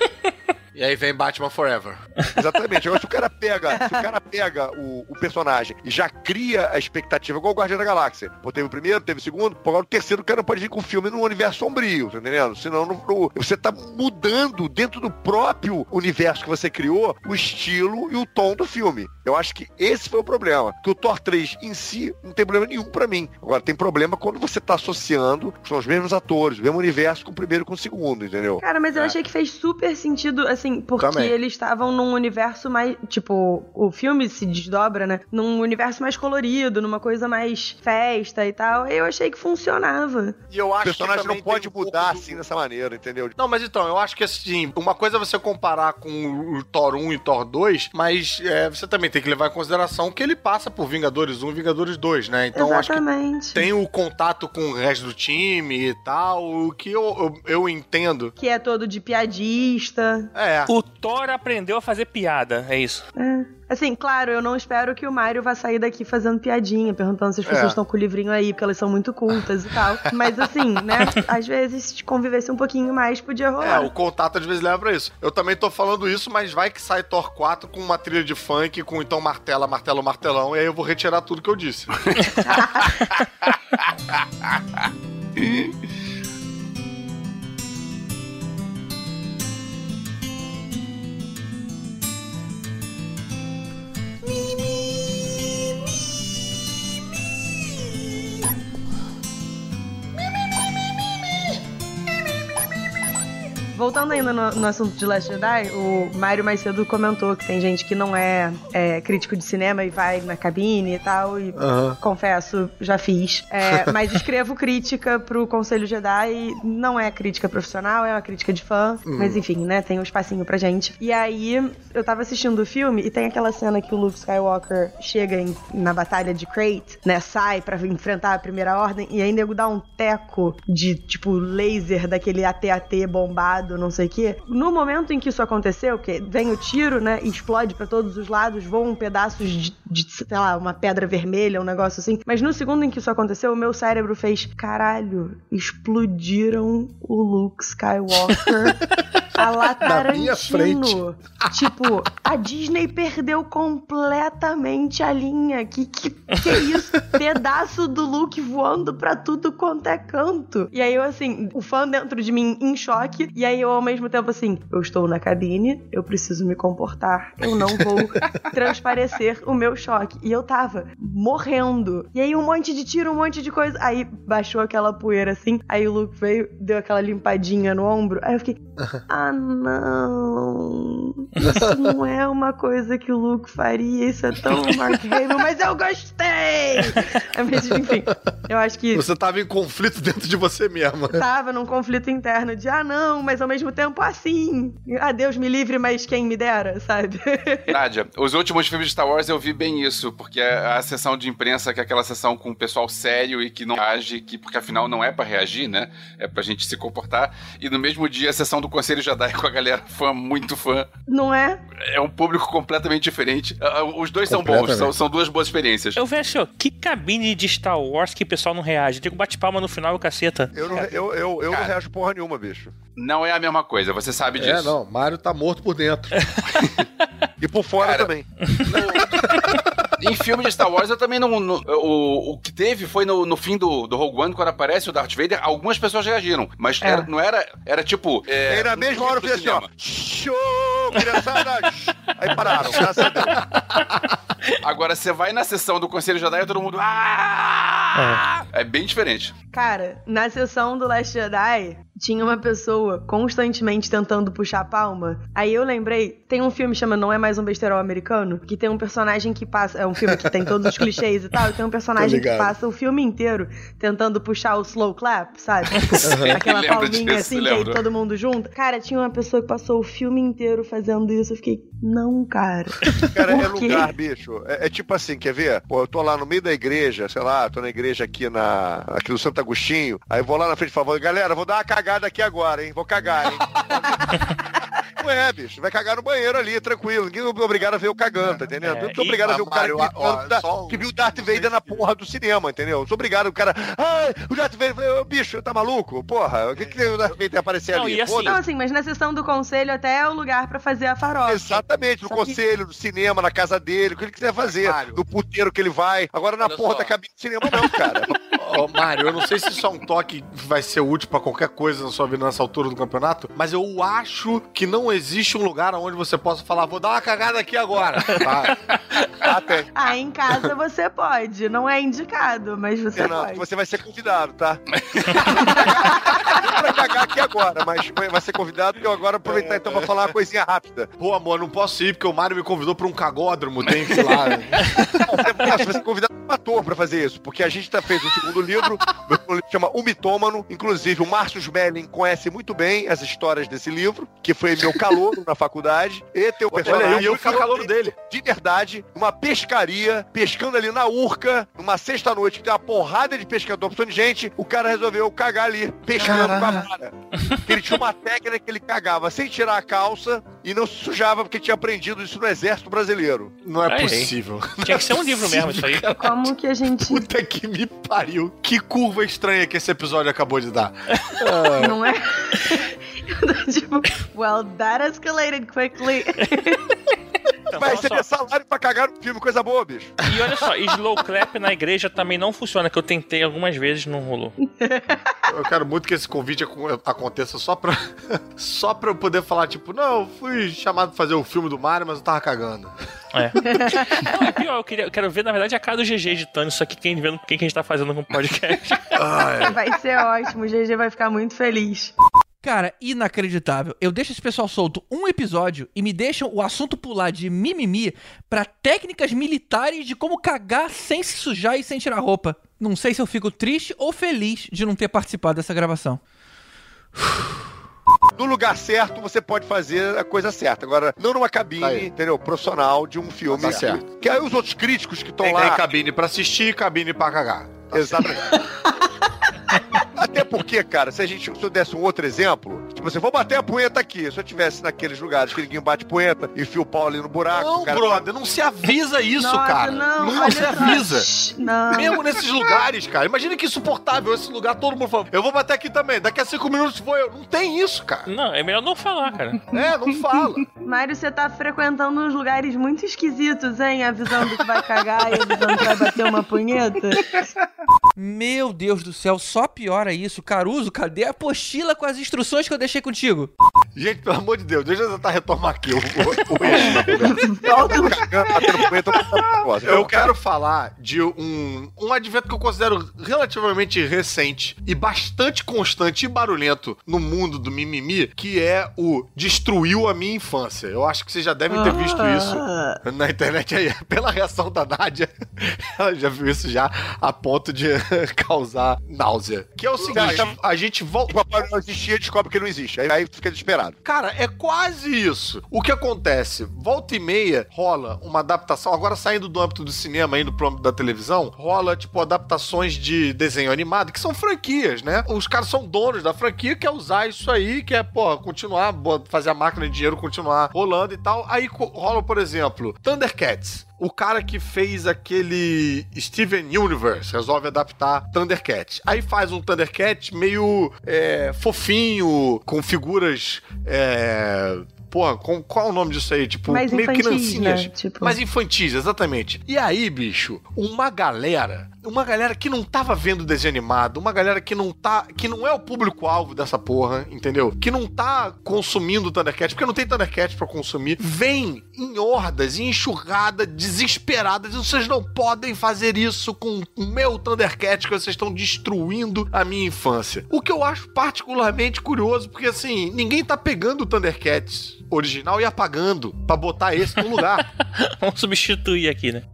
E aí vem Batman Forever. Exatamente. Agora, se o cara pega o personagem e já cria a expectativa, igual o Guardião da Galáxia. Pô, teve o primeiro, teve o segundo, pô, agora o terceiro, o cara não pode vir com o filme num universo sombrio, tá entendendo? Senão você tá mudando dentro do próprio universo que você criou o estilo e o tom do filme. Eu acho que esse foi o problema. Que o Thor 3 em si não tem problema nenhum pra mim. Agora, tem problema quando você tá associando, são os mesmos atores, o mesmo universo com o primeiro e com o segundo, entendeu? Cara, mas eu achei que fez super sentido, assim, porque também. Eles estavam num universo mais, tipo, o filme se desdobra, né? Num universo mais colorido, numa coisa mais festa e tal. E eu achei que funcionava. E eu acho o personagem que não pode mudar assim dessa maneira, entendeu? Não, mas então, eu acho que assim, uma coisa é você comparar com o Thor 1 e Thor 2, mas você também tem que levar em consideração que ele passa por Vingadores 1 e Vingadores 2, né? Então exatamente. Acho que tem o contato com o resto do time e tal, o que eu entendo. Que é todo de piadista. O Thor aprendeu a fazer piada, é isso. Assim, claro, eu não espero que o Mário vá sair daqui fazendo piadinha, perguntando se as pessoas estão com o livrinho aí, porque elas são muito cultas e tal. Mas assim, né, às vezes, se convivesse um pouquinho mais, podia rolar. O contato às vezes leva pra isso. Eu também tô falando isso, mas vai que sai Thor 4 com uma trilha de funk, com então martela, martelo, martelão, e aí eu vou retirar tudo que eu disse. Voltando ainda no assunto de Last Jedi, o Mário mais cedo comentou que tem gente que não é crítico de cinema e vai na cabine e tal, e confesso, já fiz. Mas escrevo crítica pro Conselho Jedi, não é crítica profissional, é uma crítica de fã, mas enfim, né, tem um espacinho pra gente. E aí, eu tava assistindo o filme e tem aquela cena que o Luke Skywalker chega na batalha de Crate, né, sai pra enfrentar a Primeira Ordem, e aí nego dá um teco de, tipo, laser daquele AT-AT bombado, não sei o quê. No momento em que isso aconteceu, que vem o tiro, né, e explode pra todos os lados, voam pedaços de, sei lá, uma pedra vermelha, um negócio assim. Mas no segundo em que isso aconteceu, o meu cérebro fez, caralho, explodiram o Luke Skywalker a la Tarantino. Tipo, a Disney perdeu completamente a linha. Que é isso? Pedaço do Luke voando pra tudo quanto é canto. E aí eu, assim, o fã dentro de mim em choque, e aí eu ao mesmo tempo assim, eu estou na cabine, eu preciso me comportar, eu não vou transparecer o meu choque. E eu tava morrendo. E aí um monte de tiro, um monte de coisa. Aí baixou aquela poeira assim, aí o Luke veio, deu aquela limpadinha no ombro, aí eu fiquei, não. Isso não é uma coisa que o Luke faria, isso é tão Mark Hamill, mas eu gostei! Mas, enfim, eu acho que... Você tava em conflito dentro de você mesma. Tava num conflito interno de, não, mas ao mesmo tempo assim. Deus me livre, mas quem me dera, sabe? Nádia, os últimos filmes de Star Wars eu vi bem isso, porque a sessão de imprensa, que é aquela sessão com o pessoal sério e que não reage, porque afinal não é pra reagir, né? É pra gente se comportar. E no mesmo dia, a sessão do Conselho Jedi com a galera fã, muito fã. Não é? É um público completamente diferente. Os dois são bons, são duas boas experiências. Eu vejo assim, que cabine de Star Wars que o pessoal não reage? Tem que bate-palma no final, caceta. Eu não reajo porra nenhuma, bicho. Não é a mesma coisa, você sabe disso. Não, Mário tá morto por dentro. E por fora também. Em filme de Star Wars, eu também não... O que teve foi no fim do Rogue One, quando aparece o Darth Vader, algumas pessoas reagiram. Mas não era... Era tipo... E na mesma hora eu fiz assim, ó... Show, criançada! Aí pararam, graças a Deus. Agora, você vai na sessão do Conselho Jedi e todo mundo... É bem diferente. Cara, na sessão do Last Jedi, tinha uma pessoa constantemente tentando puxar a palma. Aí eu lembrei, tem um filme que chama Não É Mais Um Besterol Americano, que tem um personagem que passa... É um filme que tem todos os clichês e tal, e tem um personagem que passa o filme inteiro tentando puxar o slow clap, sabe? Tipo, aquela palminha assim, que aí todo mundo junta. Cara, tinha uma pessoa que passou o filme inteiro fazendo isso. Eu fiquei, não, cara. Cara, é lugar, bicho. É tipo assim, quer ver? Pô, eu tô lá no meio da igreja, sei lá, tô na igreja aqui no Santo Agostinho, aí vou lá na frente e falo, galera, vou dar uma cagada aqui agora, hein? Vou cagar, hein? Não é, bicho. Vai cagar no banheiro ali, tranquilo. Ninguém é obrigado a ver eu cagando, tá entendendo? Eu não tô obrigado a ver o cara que viu o Darth Vader na porra do cinema, entendeu? Eu sou obrigado, o cara... o Darth Vader... Bicho, tá maluco? Porra, o que o Darth Vader aparecer ali? Não, assim, mas na sessão do conselho até é o lugar pra fazer a farofa. Exatamente, no conselho, no cinema, na casa dele, o que ele quiser fazer. No puteiro que ele vai. Agora na porra da cabine de cinema não, cara. Mário, eu não sei se isso é um toque que vai ser útil pra qualquer coisa na sua vida nessa altura do campeonato, mas eu acho que não existe um lugar onde você possa falar, vou dar uma cagada aqui agora. Tá? Tem. Em casa você pode. Não é indicado, mas você pode. Você vai ser convidado, tá? Pra cagar aqui agora, mas vai ser convidado e eu agora aproveitar então pra falar uma coisinha rápida. Pô, amor, não posso ir porque o Mário me convidou pra um cagódromo, tem que ir lá. Você vai ser convidado como ator pra fazer isso, porque a gente fez um segundo livro, chama O Mitômano, inclusive o Márcio Smelling conhece muito bem as histórias desse livro, que foi meu calouro na faculdade, e teu personagem... eu fui calouro dele. De verdade, uma pescaria, pescando ali na Urca, numa sexta-noite, que tem uma porrada de pescador, opção de gente, o cara resolveu cagar ali, pescando com a vara. Ele tinha uma técnica que ele cagava sem tirar a calça e não se sujava, porque tinha aprendido isso no exército brasileiro. Não é possível. Tinha que ser um livro mesmo isso aí. Como que a gente... Puta que me pariu. Que curva estranha que esse episódio acabou de dar. Não é? Tipo, well, that escalated quickly. Vai receber salário pra cagar no filme, coisa boa, bicho. E olha só, slow clap na igreja também não funciona, que eu tentei algumas vezes, não rolou. Eu quero muito que esse convite aconteça só pra eu poder falar, tipo, não, eu fui chamado pra fazer o filme do Mario, mas eu tava cagando. Não, é pior, eu quero ver, na verdade, a cara do GG editando isso aqui, vendo o que a gente tá fazendo com o podcast. Vai ser ótimo, o GG vai ficar muito feliz. Cara, inacreditável. Eu deixo esse pessoal solto um episódio e me deixam o assunto pular de mimimi pra técnicas militares de como cagar sem se sujar e sem tirar roupa. Não sei se eu fico triste ou feliz de não ter participado dessa gravação. No lugar certo, você pode fazer a coisa certa. Agora, não numa cabine, entendeu? Profissional de um filme. Tá certo. Que aí os outros críticos que estão lá... Tem cabine pra assistir e cabine pra cagar. Tá exatamente. Até porque, cara, se eu desse um outro exemplo, tipo assim, vou bater a punheta aqui. Se eu tivesse naqueles lugares que ninguém bate punheta, enfia o pau ali no buraco... Não, cara, brother, não se avisa isso, cara. Não se avisa. Não. Mesmo nesses lugares, cara. Imagina que insuportável esse lugar, todo mundo falando, eu vou bater aqui também, daqui a 5 minutos vou eu. Não tem isso, cara. Não, é melhor não falar, cara. Não fala. Mário, você tá frequentando uns lugares muito esquisitos, hein? Avisando que vai cagar e avisando que vai bater uma punheta. Meu Deus do céu, só piora isso. Caruso, cadê a apostila com as instruções que eu deixei mexer contigo. Gente, pelo amor de Deus, deixa eu tentar retomar aqui o Eu quero falar de um advento que eu considero relativamente recente e bastante constante e barulhento no mundo do mimimi, que é o Destruiu a Minha Infância. Eu acho que vocês já devem ter visto isso na internet aí. Pela reação da Nádia, ela já viu isso já a ponto de causar náusea. Que é o seguinte, a gente volta... O papai não existia, descobre que não existe. Aí fica desesperado. Cara, é quase isso. O que acontece? Volta e meia rola uma adaptação, agora saindo do âmbito do cinema, indo pro âmbito da televisão, rola, tipo, adaptações de desenho animado, que são franquias, né? Os caras são donos da franquia, quer usar isso aí, quer, continuar, fazer a máquina de dinheiro continuar rolando e tal. Aí rola, por exemplo, Thundercats. O cara que fez aquele Steven Universe resolve adaptar Thundercats. Aí faz um Thundercats meio fofinho, com figuras... qual é o nome disso aí? Tipo, mais meio infantis, criancinhas. né? Tipo... Mais infantis, exatamente. E aí, bicho, uma galera que não tava vendo desenho animado, uma galera que não é o público-alvo dessa porra, entendeu? Que não tá consumindo Thundercats, porque não tem Thundercats pra consumir, vem em hordas, em enxurrada, desesperadas, e vocês não podem fazer isso com o meu Thundercats, que vocês estão destruindo a minha infância. O que eu acho particularmente curioso, porque assim, ninguém tá pegando o Thundercats original e apagando pra botar esse no lugar. Vamos substituir aqui, né?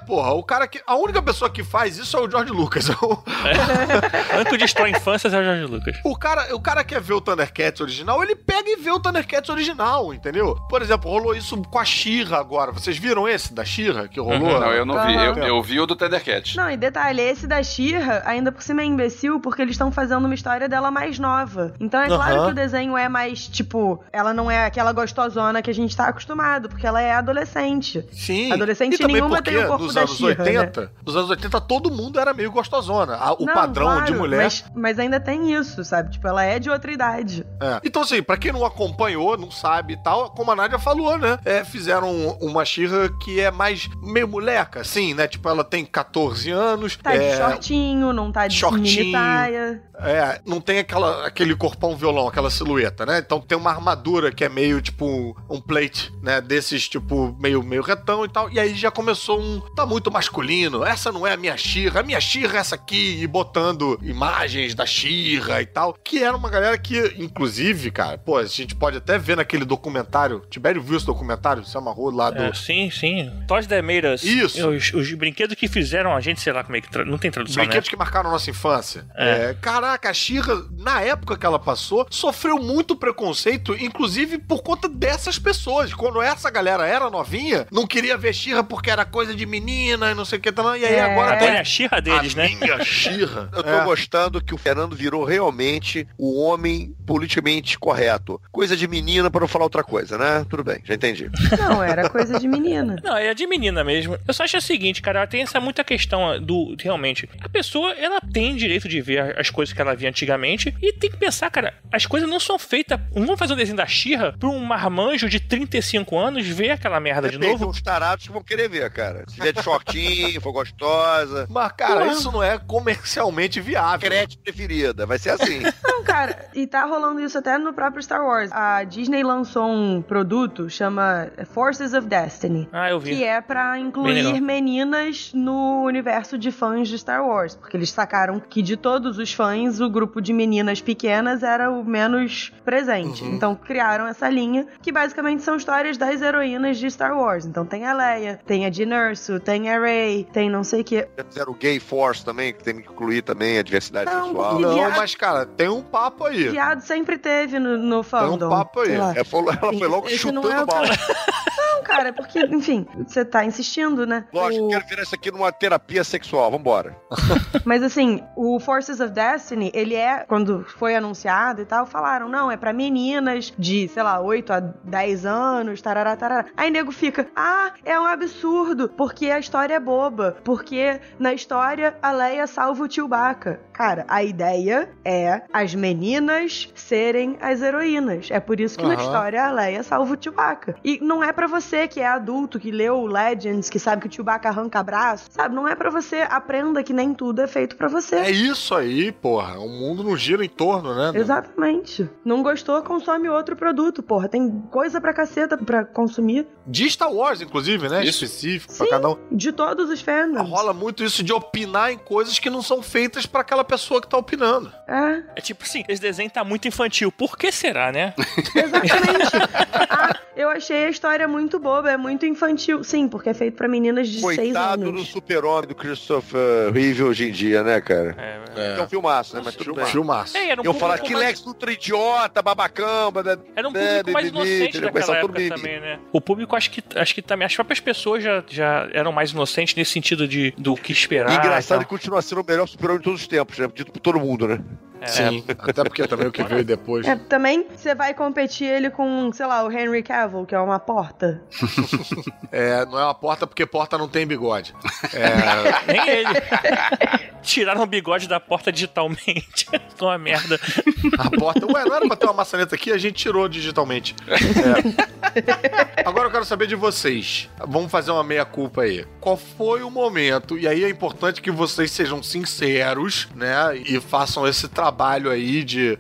A única pessoa que faz isso é o George Lucas. O único que destrói infâncias é o George Lucas. O cara quer ver o Thundercats original, ele pega e vê o Thundercats original, entendeu? Por exemplo, rolou isso com a She-Ra agora. Vocês viram esse da She-Ra que rolou? Não, eu não vi. Eu vi o do Thundercats. Não, e detalhe, esse da She-Ra, ainda por cima é imbecil, porque eles estão fazendo uma história dela mais nova. Então é claro que o desenho é mais, tipo, ela não é aquela gostosona que a gente tá acostumado, porque ela é adolescente. Sim. Adolescente nenhuma tem o corpo da She-Ra, né? Nos anos 80, todo mundo era meio gostosona. O padrão claro, de mulher. Mas ainda tem isso, sabe? Tipo, ela é de outra idade. Então, assim, pra quem não acompanhou, não sabe e tal, como a Nádia falou, né? Fizeram uma She-Ra que é mais meio moleca, assim, né? Tipo, ela tem 14 anos. Tá de shortinho, não tá de mini saia. Não tem aquele corpão violão, aquela silhueta, né? Então tem uma armadura que é meio, tipo, um plate, né? Desses, tipo, meio retão e tal. E aí já começou tá muito masculino. Essa não é a minha She-Ra. A minha She-Ra é essa aqui. E botando imagens da She-Ra e tal. Que era uma galera que, inclusive, cara, a gente pode até ver naquele documentário. Tibério viu esse documentário? Se amarrou lá do... Sim. Toys That Made Us. Isso. Os brinquedos que fizeram a gente, sei lá como é que... Não tem tradução, brinquedos que marcaram a nossa infância. Caraca, a She-Ra, na época que ela passou, sofreu muito preconceito, inclusive por conta dessas pessoas. Quando essa galera era novinha, não queria ver She-Ra porque era coisa de menina e não sei o que. E aí agora tem a She-Ra deles, né? Minha She-Ra. Eu tô gostando que o Fernando virou realmente o homem politicamente correto. Coisa de menina pra não falar outra coisa, né? Tudo bem, já entendi. Não, era coisa de menina. Não, é de menina mesmo. Eu só acho o seguinte, cara, tem essa muita questão do... Realmente, a pessoa, ela tem direito de ver as coisas que ela via antigamente e tem que pensar, cara, as coisas não são feitas... Não vamos fazer um desenho da She-Ra pra um marmanjo de 35 anos ver aquela merda de novo. Tem uns tarados que vão querer ver, cara. Se vier de shortinho, for gostosa. Mas, cara, isso não é comercialmente viável. Crete preferida, vai ser assim. Não, cara, e tá rolando isso até no próprio Star Wars. A Disney lançou um produto, chama Forces of Destiny. Eu vi. Que é pra incluir meninas no universo de fãs de Star Wars. Porque eles sacaram que de todos os fãs, o grupo de meninas pequenas era o menos presente. Então criaram essa linha, que basicamente são histórias das heroínas de Star Wars. Então tem a Leia, tem a Jyn Erso, tem a Rey, tem não sei o que. Fizeram o Gay Force também, que tem que incluir também a diversidade sexual. Não, mas, cara, tem um papo aí. Viado sempre teve no fandom. Tem um papo aí. Ela foi logo chutando mal. Não, cara, porque, enfim, você tá insistindo, né? Lógico, quero virar isso aqui numa terapia sexual, vambora. Mas assim, o Forces of Destiny, ele quando foi anunciado e tal, falaram, não, é pra meninas de, sei lá, 8 a 10 anos, tarará. Aí nego fica, é um absurdo, porque a história é boba, porque na história a Leia salva o Chewbacca. Cara, a ideia é as meninas serem as heroínas. É por isso que na história a Leia salva o Chewbacca. E não é pra você que é adulto, que leu Legends, que sabe que o Chewbacca arranca braço, sabe? Não é pra você. Aprenda que nem tudo é feito pra você. É isso aí, porra. O mundo não gira em torno, né? Exatamente. Não gostou, consome outro produto, porra. Tem coisa pra caceta pra consumir. De Star Wars, inclusive, né? Isso. Específico Sim, pra cada um. de todos os fandoms. Rola muito isso de opinar em coisas que não são feitas pra aquela pessoa que tá opinando. É. É tipo assim, esse desenho tá muito infantil. Por que será, né? Exatamente. Eu achei a história muito boba, é muito infantil. Sim, porque é feito pra meninas de 6 Coitado anos. do super-homem do Christopher Reeve hoje em dia, né, cara? É um filmaço, né? Mas tudo bem. Filmaço. Era um Eu público falar que mais... Lex Luthor idiota, babacão... Era um público mais inocente daquela época também, né? O público, acho que também... As próprias pessoas já eram mais inocentes nesse sentido do que esperar. E engraçado que continua sendo o melhor super-homem de todos os tempos, né? Dito por todo mundo, né? Sim, até porque também o que veio depois. Também você vai competir ele com, sei lá, o Henry Cavill, que é uma porta. Não é uma porta porque porta não tem bigode. Nem ele. Tiraram o bigode da porta digitalmente. Ficou uma merda. A porta... Ué, não era pra ter uma maçaneta aqui? A gente tirou digitalmente. Agora eu quero saber de vocês. Vamos fazer uma meia-culpa aí. Qual foi o momento, e aí é importante que vocês sejam sinceros, né? E façam esse trabalho aí de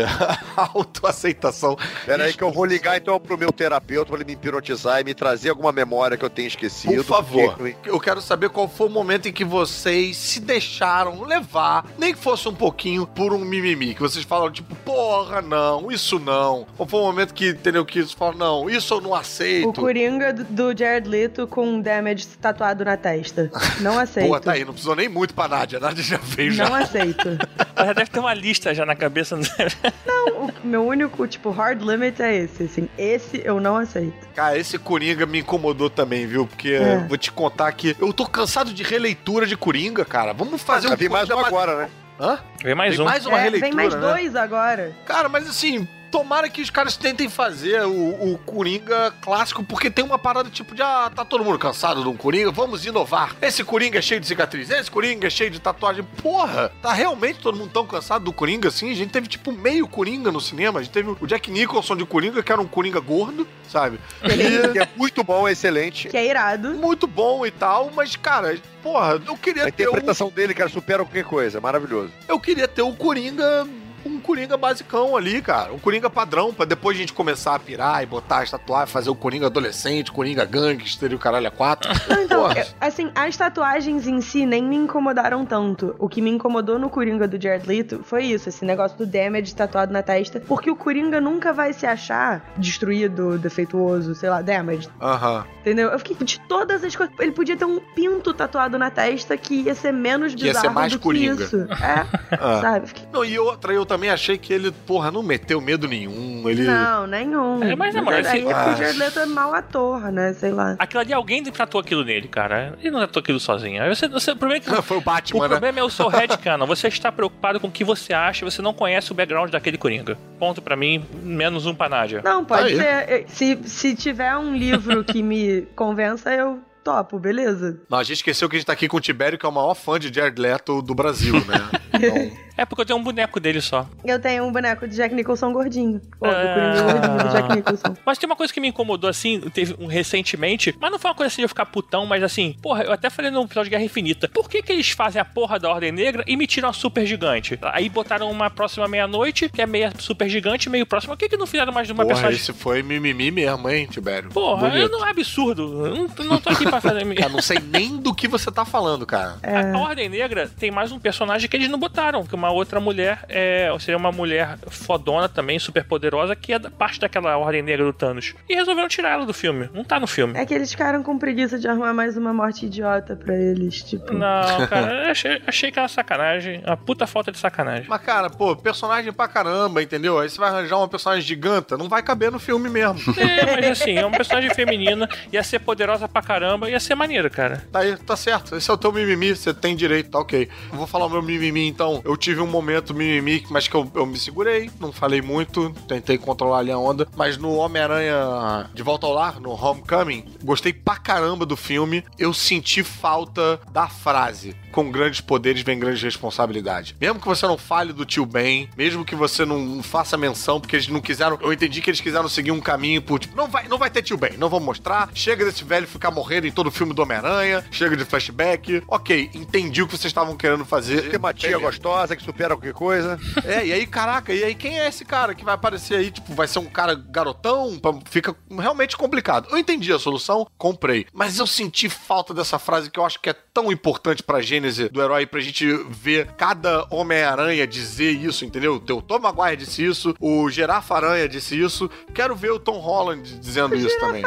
autoaceitação. Pera aí que eu vou ligar então pro meu terapeuta pra ele me hipnotizar e me trazer alguma memória que eu tenha esquecido. Por favor. Eu quero saber qual foi o momento em que vocês se deixaram levar, nem que fosse um pouquinho, por um mimimi. Que vocês falam, tipo, porra, não, isso não. Ou foi um momento que, entendeu, que vocês falam, não, isso eu não aceito. O Coringa do Jared Leto com Damage tatuado na testa. Não aceito. Pô, tá aí, não precisou nem muito pra Nádia. Nádia já fez, já. Não aceito. Ela deve ter uma lista já na cabeça. Não, o meu único, tipo, hard limit é esse, assim. Esse eu não aceito. Cara, esse Coringa me incomodou também, viu? Porque vou te contar que eu tô cansado de releitura de Coringa, cara. Vamos fazer vi mais uma agora, né? Hã? Vem mais um. Mais uma releitura, vem mais né? 2 agora. Cara, mas assim... Tomara que os caras tentem fazer o Coringa clássico, porque tem uma parada tipo de, tá todo mundo cansado de um Coringa, vamos inovar. Esse Coringa é cheio de cicatriz, esse Coringa é cheio de tatuagem. Porra, tá realmente todo mundo tão cansado do Coringa assim? A gente teve tipo meio Coringa no cinema, a gente teve o Jack Nicholson de Coringa, que era um Coringa gordo, sabe? Que é muito bom, é excelente. Que é irado. Muito bom e tal, mas cara, porra, eu queria ter a interpretação dele, cara, supera qualquer coisa, maravilhoso. Eu queria ter o Coringa... Um Coringa basicão ali, cara. Um Coringa padrão, pra depois a gente começar a pirar e botar as tatuagens, fazer o Coringa adolescente, Coringa gangster e o caralho a 4. Não, então, assim, as tatuagens em si nem me incomodaram tanto. O que me incomodou no Coringa do Jared Leto foi isso, esse negócio do Damage tatuado na testa, porque o Coringa nunca vai se achar destruído, defeituoso, sei lá, Damage. Entendeu? Eu fiquei de todas as coisas. Ele podia ter um pinto tatuado na testa que ia ser menos bizarro ia ser mais do Coringa. Que isso. Sabe? Fiquei... Não, e outra, eu também achei que ele, porra, não meteu medo nenhum. Ele... Não, nenhum. Mas na moral, o Jared Leto é mau ator, né? Sei lá. Aquilo ali, alguém tatuou aquilo nele, cara. Ele não tatuou aquilo sozinho. Aí o problema é que... Não, foi o Batman, O problema é o seu headcanon. Você está preocupado com o que você acha, você não conhece o background daquele Coringa. Ponto pra mim, menos um pra Nádia. Não, pode ser. Se tiver um livro que me convença, eu topo, beleza. Não, a gente esqueceu que a gente tá aqui com o Tibério, que é o maior fã de Jared Leto do Brasil, né? Então... É porque eu tenho um boneco dele só. Eu tenho um boneco de Jack Nicholson gordinho. Do Coringa gordinho do Jack Nicholson. Mas tem uma coisa que me incomodou, assim, teve recentemente, mas não foi uma coisa assim de eu ficar putão, mas assim, porra, eu até falei no episódio de Guerra Infinita, por que eles fazem a porra da Ordem Negra e me tiram a super gigante? Aí botaram uma próxima meia-noite, que é meia super gigante, meio próxima. Por que não fizeram mais de uma personagem? Esse foi mimimi mesmo, hein, Tibério? Porra, não é absurdo. Não tô aqui pra fazer... Eu não sei nem do que você tá falando, cara. A Ordem Negra tem mais um personagem que eles não botaram, que uma outra mulher seria uma mulher fodona também, super poderosa, que é parte daquela Ordem Negra do Thanos. E resolveram tirar ela do filme. Não tá no filme. É que eles ficaram com preguiça de arrumar mais uma morte idiota pra eles, tipo... Não, cara, achei que era sacanagem. Uma puta falta de sacanagem. Mas, cara, pô, personagem pra caramba, entendeu? Aí você vai arranjar uma personagem giganta, não vai caber no filme mesmo. Mas assim, é uma personagem feminina, ia ser poderosa pra caramba, ia ser maneiro, cara. Tá aí, tá certo. Esse é o teu mimimi, você tem direito, tá ok. Eu vou falar o meu mimimi, então. Eu tive tive um momento mimimi, mas que eu me segurei, não falei muito, tentei controlar ali a onda, mas no Homem-Aranha De Volta ao Lar, no Homecoming, gostei pra caramba do filme, eu senti falta da frase: com grandes poderes vem grande responsabilidade. Mesmo que você não fale do tio Ben, mesmo que você não faça menção, porque eles não quiseram, eu entendi que eles quiseram seguir um caminho por, tipo, não vai ter tio Ben, não vamos mostrar, chega desse velho ficar morrendo em todo o filme do Homem-Aranha, chega de flashback, ok, entendi o que vocês estavam querendo fazer. Tem uma tia gostosa que supera qualquer coisa. E aí, caraca, e aí quem é esse cara que vai aparecer aí? Tipo, vai ser um cara garotão? Fica realmente complicado. Eu entendi a solução, comprei. Mas eu senti falta dessa frase que eu acho que é tão importante pra gênese do herói, pra gente ver cada Homem-Aranha dizer isso, entendeu? O Tom Maguire disse isso, o Girafa-Aranha disse isso. Quero ver o Tom Holland dizendo isso também.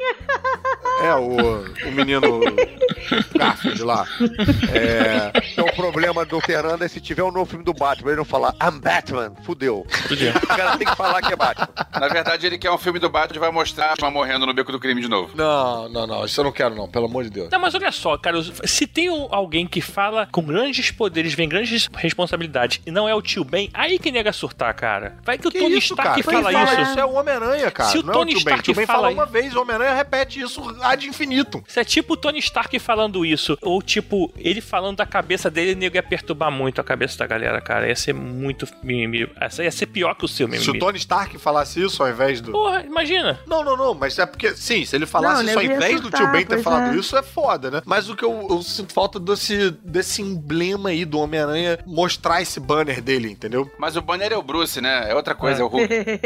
O menino Garfield lá. Então o problema do Fernando é se tiver um novo filme do Batman, ele não falar I'm Batman, fudeu. O cara tem que falar que é Batman. Na verdade, ele quer um filme do Batman e vai mostrar Batman morrendo no beco do crime de novo. Não, isso eu não quero não, pelo amor de Deus. Não, mas olha só, cara, se tem alguém que fala com grandes poderes vem grandes responsabilidades e não é o tio Ben, aí que nega surtar, cara. Vai que o Tony Stark fala isso. Isso é o Homem-Aranha, cara. Se o Tony Stark fala uma vez, o Homem-Aranha repete isso ad infinito. Isso é tipo o Tony Stark falando isso, ou tipo, ele falando da cabeça dele, o nego ia perturbar muito a cabeça da galera, cara. Ia ser muito mimimi. Ia ser pior que o seu mimimi. Se o Tony Stark falasse isso ao invés do... Porra, imagina. Não, mas é porque, sim, se ele falasse isso ao invés do tio Ben ter falado isso, é foda, né? Mas o que eu sinto falta desse emblema aí do Homem-Aranha mostrar esse banner dele, entendeu? Mas o banner é o Bruce, né? É outra coisa, é o Hulk.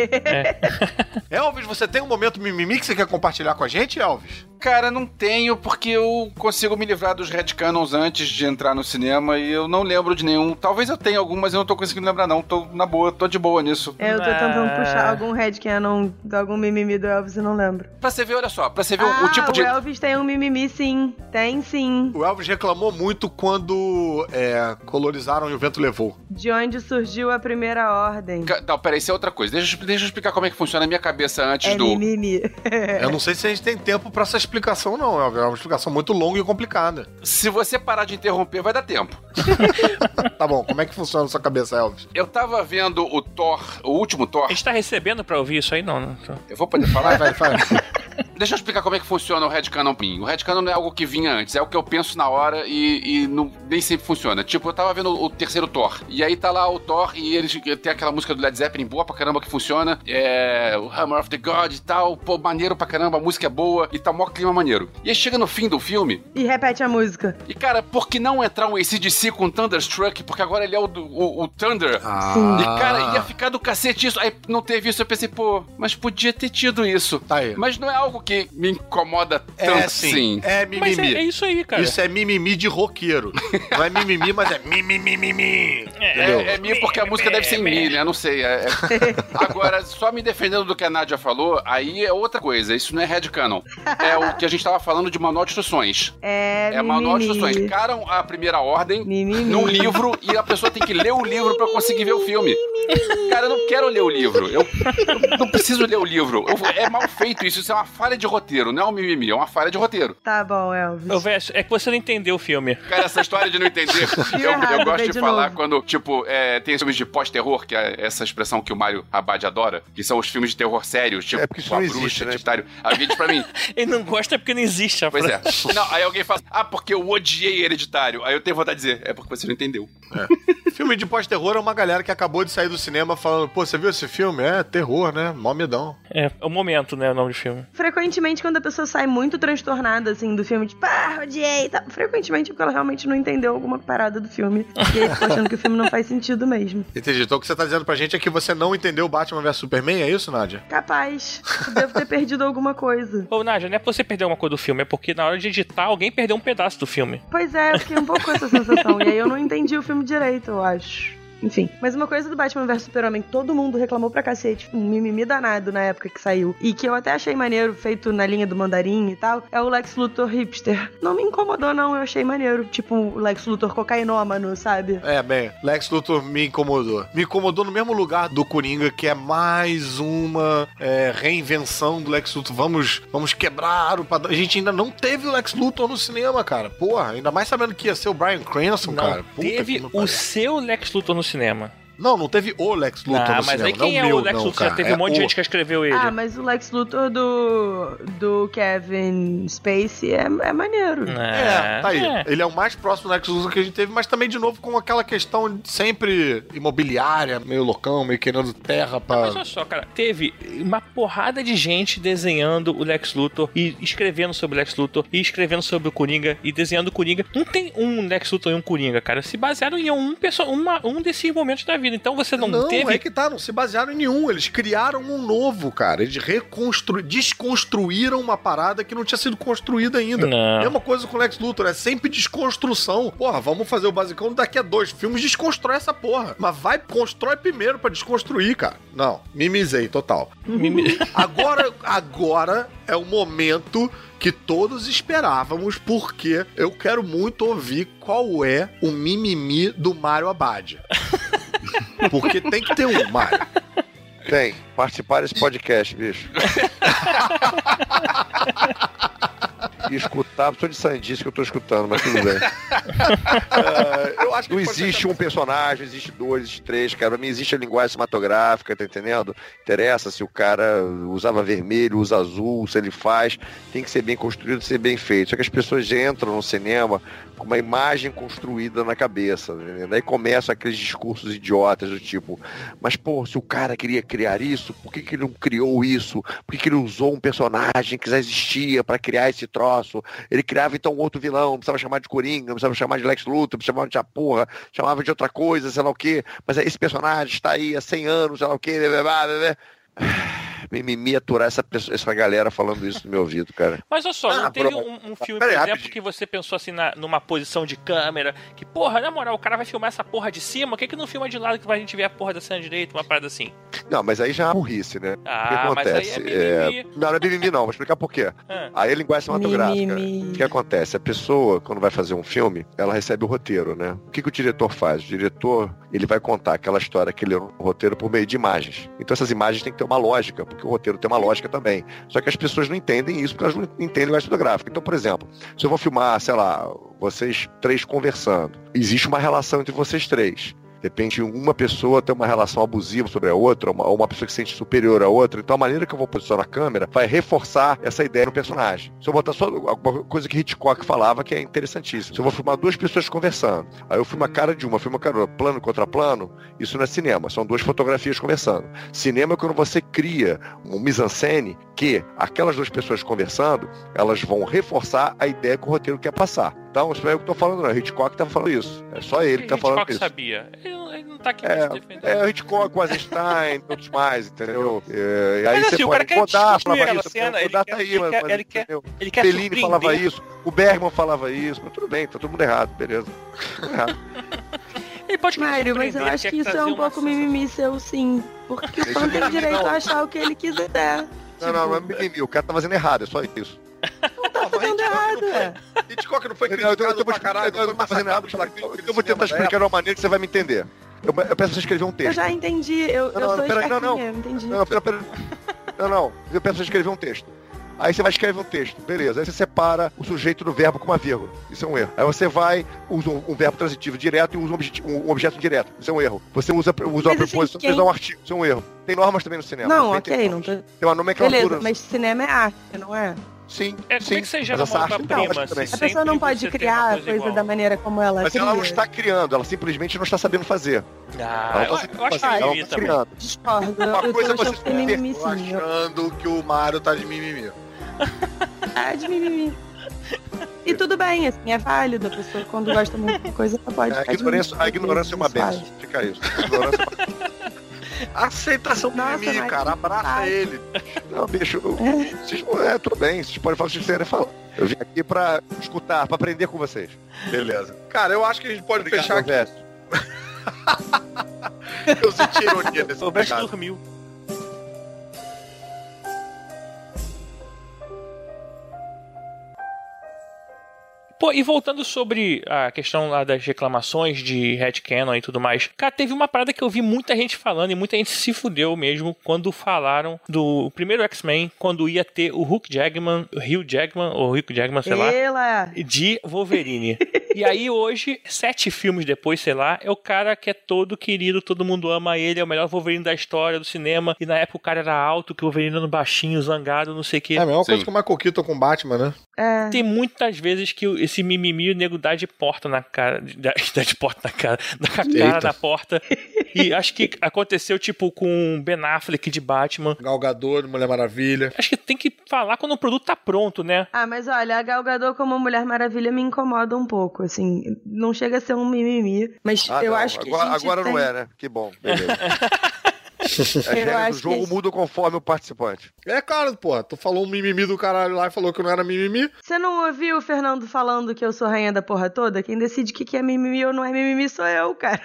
Elvis, você tem um momento mimimi que você quer compartilhar com a gente, Elvis? Cara, não tenho, porque eu consigo me livrar dos headcanons antes de entrar no cinema e eu não lembro de nenhum. Talvez eu tenha algum, mas eu não tô conseguindo lembrar não. Tô na boa, tô de boa nisso. Eu tô tentando puxar algum headcanon de algum mimimi do Elvis e não lembro. Pra você ver, olha só, pra você ver o tipo de... o Elvis tem um mimimi sim, tem sim. O Elvis reclamou muito quando colonizaram e o vento levou. De onde surgiu a primeira ordem. Não, peraí, isso é outra coisa. Deixa eu explicar como é que funciona a minha cabeça antes do... mimimi. Eu não sei se a gente tem tempo pra essa explicação não, Elvis. É uma explicação muito longa e complicada. Se você parar de interromper, vai dar tempo. Tá bom, como é que funciona a sua cabeça, Elvis? Eu tava vendo o Thor, o último Thor. A gente tá recebendo pra ouvir isso aí? Não. Eu vou poder falar? Vai. Deixa eu explicar como é que funciona o headcanon. O headcanon não é algo que vinha antes, é o que eu penso na hora e não, nem sempre funciona. Tipo, eu tava vendo o terceiro Thor, e aí tá lá o Thor e eles tem aquela música do Led Zeppelin boa pra caramba que funciona, o Hammer of the God e tal, pô, maneiro pra caramba, a música é boa e tá mó clima maneiro. E aí chega no fim do filme... E repete a música. E cara, por que não entrar um AC/DC com Thunderstruck? Porque agora ele é o Thunder. Sim. E cara, ia ficar do cacete isso. Aí não teve isso, eu pensei, pô, mas podia ter tido isso. Tá aí. Mas não é algo que me incomoda tanto assim. É mimimi. Mas é isso aí, cara. Isso é mimimi de roqueiro. Não é mimimi, mas é mimimi. É mi porque a música deve ser em mi, né? Não sei. Agora, só me defendendo do que a Nádia falou, aí é outra coisa. Isso não é headcanon. É o que a gente tava falando de manual de instruções. É manual de instruções. Ficaram a primeira ordem num livro e a pessoa tem que ler o livro pra conseguir ver o filme. Cara, eu não quero ler o livro. Eu não preciso ler o livro. É mal feito isso. Isso é uma falha de roteiro. Não é um mimimi, é uma falha de roteiro. Tá bom, Elvis. Ô, Vécio, é que você não entendeu o filme. Cara, essa história de não entender, eu gosto de falar quando, tipo, tem filmes de pós-terror, que é essa expressão que o Mário Abad adora, que são os filmes de terror sérios, tipo, a bruxa, né? Alguém diz pra mim... Ele não gosta porque não existe a frase. Pois é. Não, aí alguém fala, porque eu odiei Hereditário. Aí eu tenho vontade de dizer, é porque você não entendeu. Filme de pós-terror é uma galera que acabou de sair do cinema falando, pô, você viu esse filme? É terror, né? Mó medão. É o momento, né, o nome do filme. Frequentemente, quando a pessoa sai muito transtornada, assim, do filme, tipo, odiei e tal, frequentemente porque ela realmente não entendeu alguma parada do filme. E aí ficou achando que o filme não faz sentido mesmo. Entendi. Então o que você tá dizendo pra gente é que você não entendeu Batman vs Superman, é isso, Nádia? Capaz. Eu devo ter perdido alguma coisa. Ô, Nádia, não é pra você perder uma coisa do filme, é porque na hora de editar, alguém perdeu um pedaço do filme. Pois é, eu fiquei um pouco com essa sensação. E aí eu não entendi o filme direito, eu acho. Enfim, mas uma coisa do Batman vs Super-Homem, todo mundo reclamou pra cacete, um mimimi danado na época que saiu, e que eu até achei maneiro, feito na linha do Mandarim e tal, é o Lex Luthor hipster. Não me incomodou não, eu achei maneiro, tipo o Lex Luthor cocainômano, sabe? Bem, Lex Luthor me incomodou. Me incomodou no mesmo lugar do Coringa, que é mais uma reinvenção do Lex Luthor. Vamos quebrar o padrão. A gente ainda não teve o Lex Luthor no cinema, cara. Porra, ainda mais sabendo que ia ser o Bryan Cranston, não, cara. Puta, teve o seu Lex Luthor no cinema cinema. Não teve o Lex Luthor no mas cinema. aí quem não é meu, o Lex não, Luthor? cara. Já teve um monte de gente que escreveu ele. Ah, mas o Lex Luthor do Kevin Spacey é maneiro. Tá aí. Ele é o mais próximo Lex Luthor que a gente teve, mas também, de novo, com aquela questão sempre imobiliária, meio loucão, meio querendo terra pra... Mas olha só, cara, teve uma porrada de gente desenhando o Lex Luthor e escrevendo sobre o Lex Luthor e escrevendo sobre o Coringa e desenhando o Coringa. Não tem um Lex Luthor e um Coringa, cara. Se basearam em um desses momentos da vida. Então você não teve... é que tá, não se basearam em nenhum. Eles criaram um novo, cara. Eles desconstruíram uma parada que não tinha sido construída ainda. Não. Mesma coisa com o Lex Luthor, é sempre desconstrução. Porra, vamos fazer o basicão daqui a 2 filmes, desconstrói essa porra. Mas constrói primeiro pra desconstruir, cara. Não, mimizei, total. Agora é o momento que todos esperávamos, porque eu quero muito ouvir qual é o mimimi do Mário Abad. Porque tem que ter um, Mário. Tem. Participar desse podcast, bicho. E escutar, sou de sandice que eu tô escutando, mas tudo bem. Eu acho que não existe um personagem, existe 2, existe 3, cara. Pra mim existe a linguagem cinematográfica, tá entendendo? Interessa se o cara usava vermelho, usa azul, se ele faz. Tem que ser bem construído, ser bem feito. Só que as pessoas entram no cinema com uma imagem construída na cabeça, entendeu? Daí começam aqueles discursos idiotas do tipo, mas pô, se o cara queria criar isso, por que ele não criou isso? Por que ele usou um personagem que já existia pra criar esse troço? Ele criava então outro vilão, não precisava chamar de Coringa, não precisava chamar de Lex Luthor, chamava de porra, chamava de outra coisa, sei lá o quê, mas esse personagem está aí há 100 anos, sei lá o quê, mimimi aturar essa galera falando isso no meu ouvido, cara. Mas olha só, não teve um filme, por exemplo, que você pensou assim numa posição de câmera, que porra, na moral, o cara vai filmar essa porra de cima, por que não filma de lado que a gente ver a porra da cena direita, uma parada assim? Não, mas aí já é burrice, né? O que acontece? Mas aí é mimimi. Não é mimimi não, vou explicar por quê. Aí é linguagem cinematográfica. O que acontece? A pessoa, quando vai fazer um filme, ela recebe o roteiro, né? O que o diretor faz? O diretor, ele vai contar aquela história que ele leu no roteiro por meio de imagens. Então essas imagens têm que ter uma lógica, porque o roteiro tem uma lógica também. Só que as pessoas não entendem isso, porque elas não entendem linguagem cinematográfica. Então, por exemplo, se eu vou filmar, sei lá, vocês 3 conversando, existe uma relação entre vocês 3. De repente, uma pessoa tem uma relação abusiva sobre a outra, ou uma pessoa que se sente superior à outra. Então, a maneira que eu vou posicionar a câmera vai reforçar essa ideia no personagem. Se eu botar só alguma coisa que Hitchcock falava, que é interessantíssimo. Se eu vou filmar 2 pessoas conversando, aí eu filmo a cara de uma, filmo a cara de outra, plano contra plano, isso não é cinema, são 2 fotografias conversando. Cinema é quando você cria um mise-en-scène que aquelas 2 pessoas conversando, elas vão reforçar a ideia que o roteiro quer passar. Então, isso não é eu que tô falando, não. Hitchcock tá falando isso. É só ele que tá falando isso. Hitchcock sabia. Ele não tá aqui pra se defender. É o Hitchcock, o Eisenstein, outros mais, entendeu? E aí mas você assim, o pode cara quer desconstruir aquela isso, cena, ele tá quer Fellini falava surpreender. isso, o Bergman falava isso, mas tudo bem, tá todo mundo errado, beleza. Tudo errado. Ele pode Mário, mas eu acho que isso é um pouco mimimi seu, sim. Porque o fã tem direito a achar o que ele quiser. Não é mimimi, o cara tá fazendo errado, é só isso. Não tá fazendo errado, Hitchcock não foi criticado pra caralho. Eu tô fazendo errado, eu vou tentar explicar de uma maneira que você vai me entender. Eu peço pra você escrever um texto. Eu já entendi, eu sou espertinha, entendi. Não, eu peço pra você escrever um texto. Aí você vai escrever um texto, beleza. Aí você separa o sujeito do verbo com uma vírgula. Isso é um erro. Aí você usa um verbo transitivo direto e usa um objeto indireto. Isso é um erro. Você usa a preposição e usa um artigo. Isso é um erro. Tem normas também no cinema. Não, ok, não tô... Tem uma nomenclatura. Beleza, mas cinema é arte, não é? Sim, como é que você gera uma obra-prima? A pessoa não pode criar a coisa da maneira como ela mas cria. Ela não está criando, ela simplesmente não está sabendo fazer. Eu acho que ela está criando. Discordo. Uma coisa você tô achando que o Mário tá de mimimi. De mimimi. E tudo bem, assim, é válido. A pessoa, quando gosta muito de coisa, ela pode A ignorância é uma benção. Fica isso. A ignorância é uma benção. Aceitação do mimimi, cara. Abraça ele. Não, bicho. Tudo bem. Vocês podem falar o que vocês querem falar. Eu vim aqui pra escutar, pra aprender com vocês. Beleza. Cara, eu acho que a gente pode fechar aqui. Verso. Eu senti ironia nesse O Verso dormiu. Pô, e voltando sobre a questão lá das reclamações de headcanon e tudo mais, cara, teve uma parada que eu vi muita gente falando e muita gente se fudeu mesmo quando falaram do primeiro X-Men, quando ia ter o Hugh Jackman, sei lá, de Wolverine. E aí hoje, 7 filmes depois, sei lá, é o cara que é todo querido, todo mundo ama ele, é o melhor Wolverine da história do cinema. E na época o cara era alto, que o Wolverine era baixinho, zangado, não sei o quê. É a mesma coisa que o Michael Keaton com Batman, né? Tem muitas vezes que esse mimimi, o nego dá de porta na cara. Dá de porta na cara. Dá com a cara na porta. E acho que aconteceu, tipo, com Ben Affleck de Batman. Gal Gadot, Mulher Maravilha. Acho que tem que falar quando o produto tá pronto, né? Mas olha, a Gal Gadot como Mulher Maravilha me incomoda um pouco, assim. Não chega a ser um mimimi, mas eu acho que agora não é, né? Que bom, beleza. As regras do jogo mudam conforme o participante. É claro, pô. Tu falou um mimimi do caralho lá e falou que não era mimimi. Você não ouviu o Fernando falando que eu sou rainha da porra toda? Quem decide o que é mimimi ou não é mimimi sou eu, cara.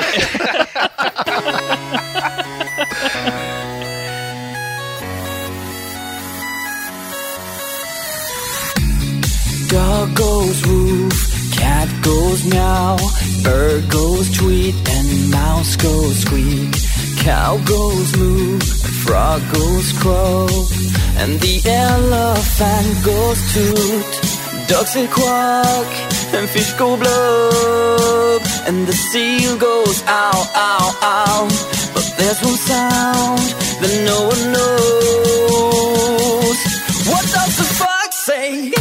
Dog goes woof, cat goes meow, bird goes tweet, and mouse goes squeak. Cow goes moo, frog goes crow, and the elephant goes toot. Ducks say quack, and fish go blub, and the seal goes ow, ow, ow. But there's one sound that no one knows. What does the fox say?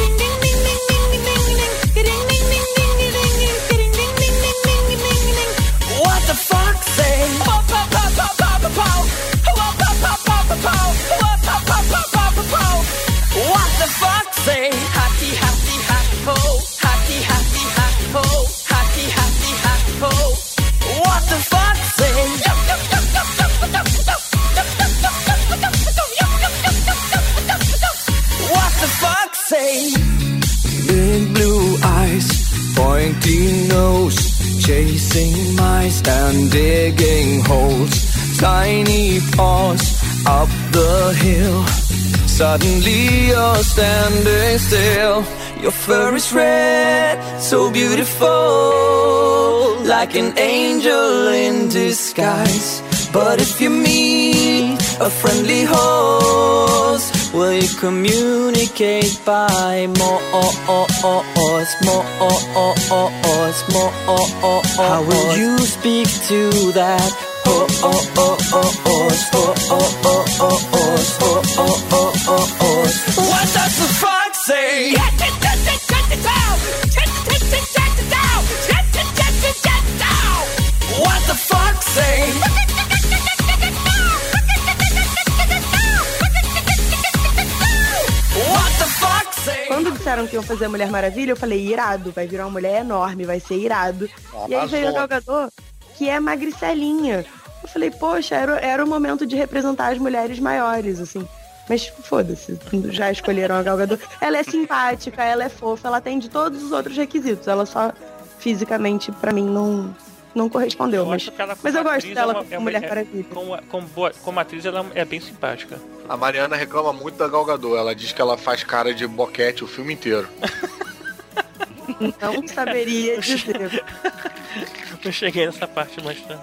What the fox say? What the fox say? Happy, happy, happy ho. Happy, happy, happy ho. Happy, happy, happy ho. What the fox say? What the fox say? Big blue eyes, pointy nose, chasing mice and digging holes. Tiny paws up the hill. Suddenly you're standing still. Your fur is red, so beautiful, like an angel in disguise. But if you meet a friendly host, will you communicate by more? How will you speak to that? What does the fox say? What the fox say? What the fox say? Quando disseram que iam fazer a Mulher Maravilha, eu falei, irado, vai virar uma mulher enorme, vai ser irado. E aí veio a Gal Gadot, que é magricelinha. Eu falei, poxa, era o momento de representar as mulheres maiores, assim. Mas foda-se, já escolheram a Gal Gadot. Ela é simpática, ela é fofa, ela tem de todos os outros requisitos. Ela só, fisicamente, pra mim, não correspondeu. Mas eu gosto dela como Mulher Maravilha. Como atriz, ela é bem simpática. A Mariana reclama muito da Gal Gadot. Ela diz que ela faz cara de boquete o filme inteiro. Não saberia dizer. Eu cheguei nessa parte mais tarde.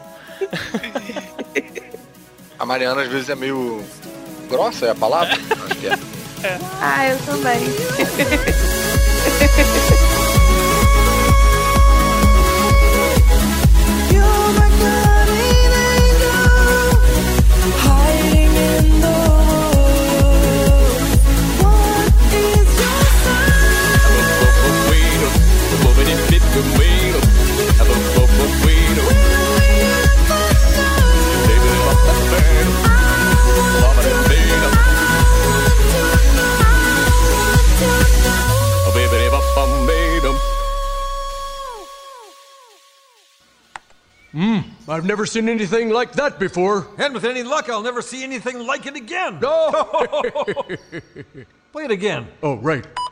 A Mariana às vezes é meio grossa, é a palavra? Acho que é. Eu também. I've never seen anything like that before. And with any luck, I'll never see anything like it again. No! Play it again. Oh, right.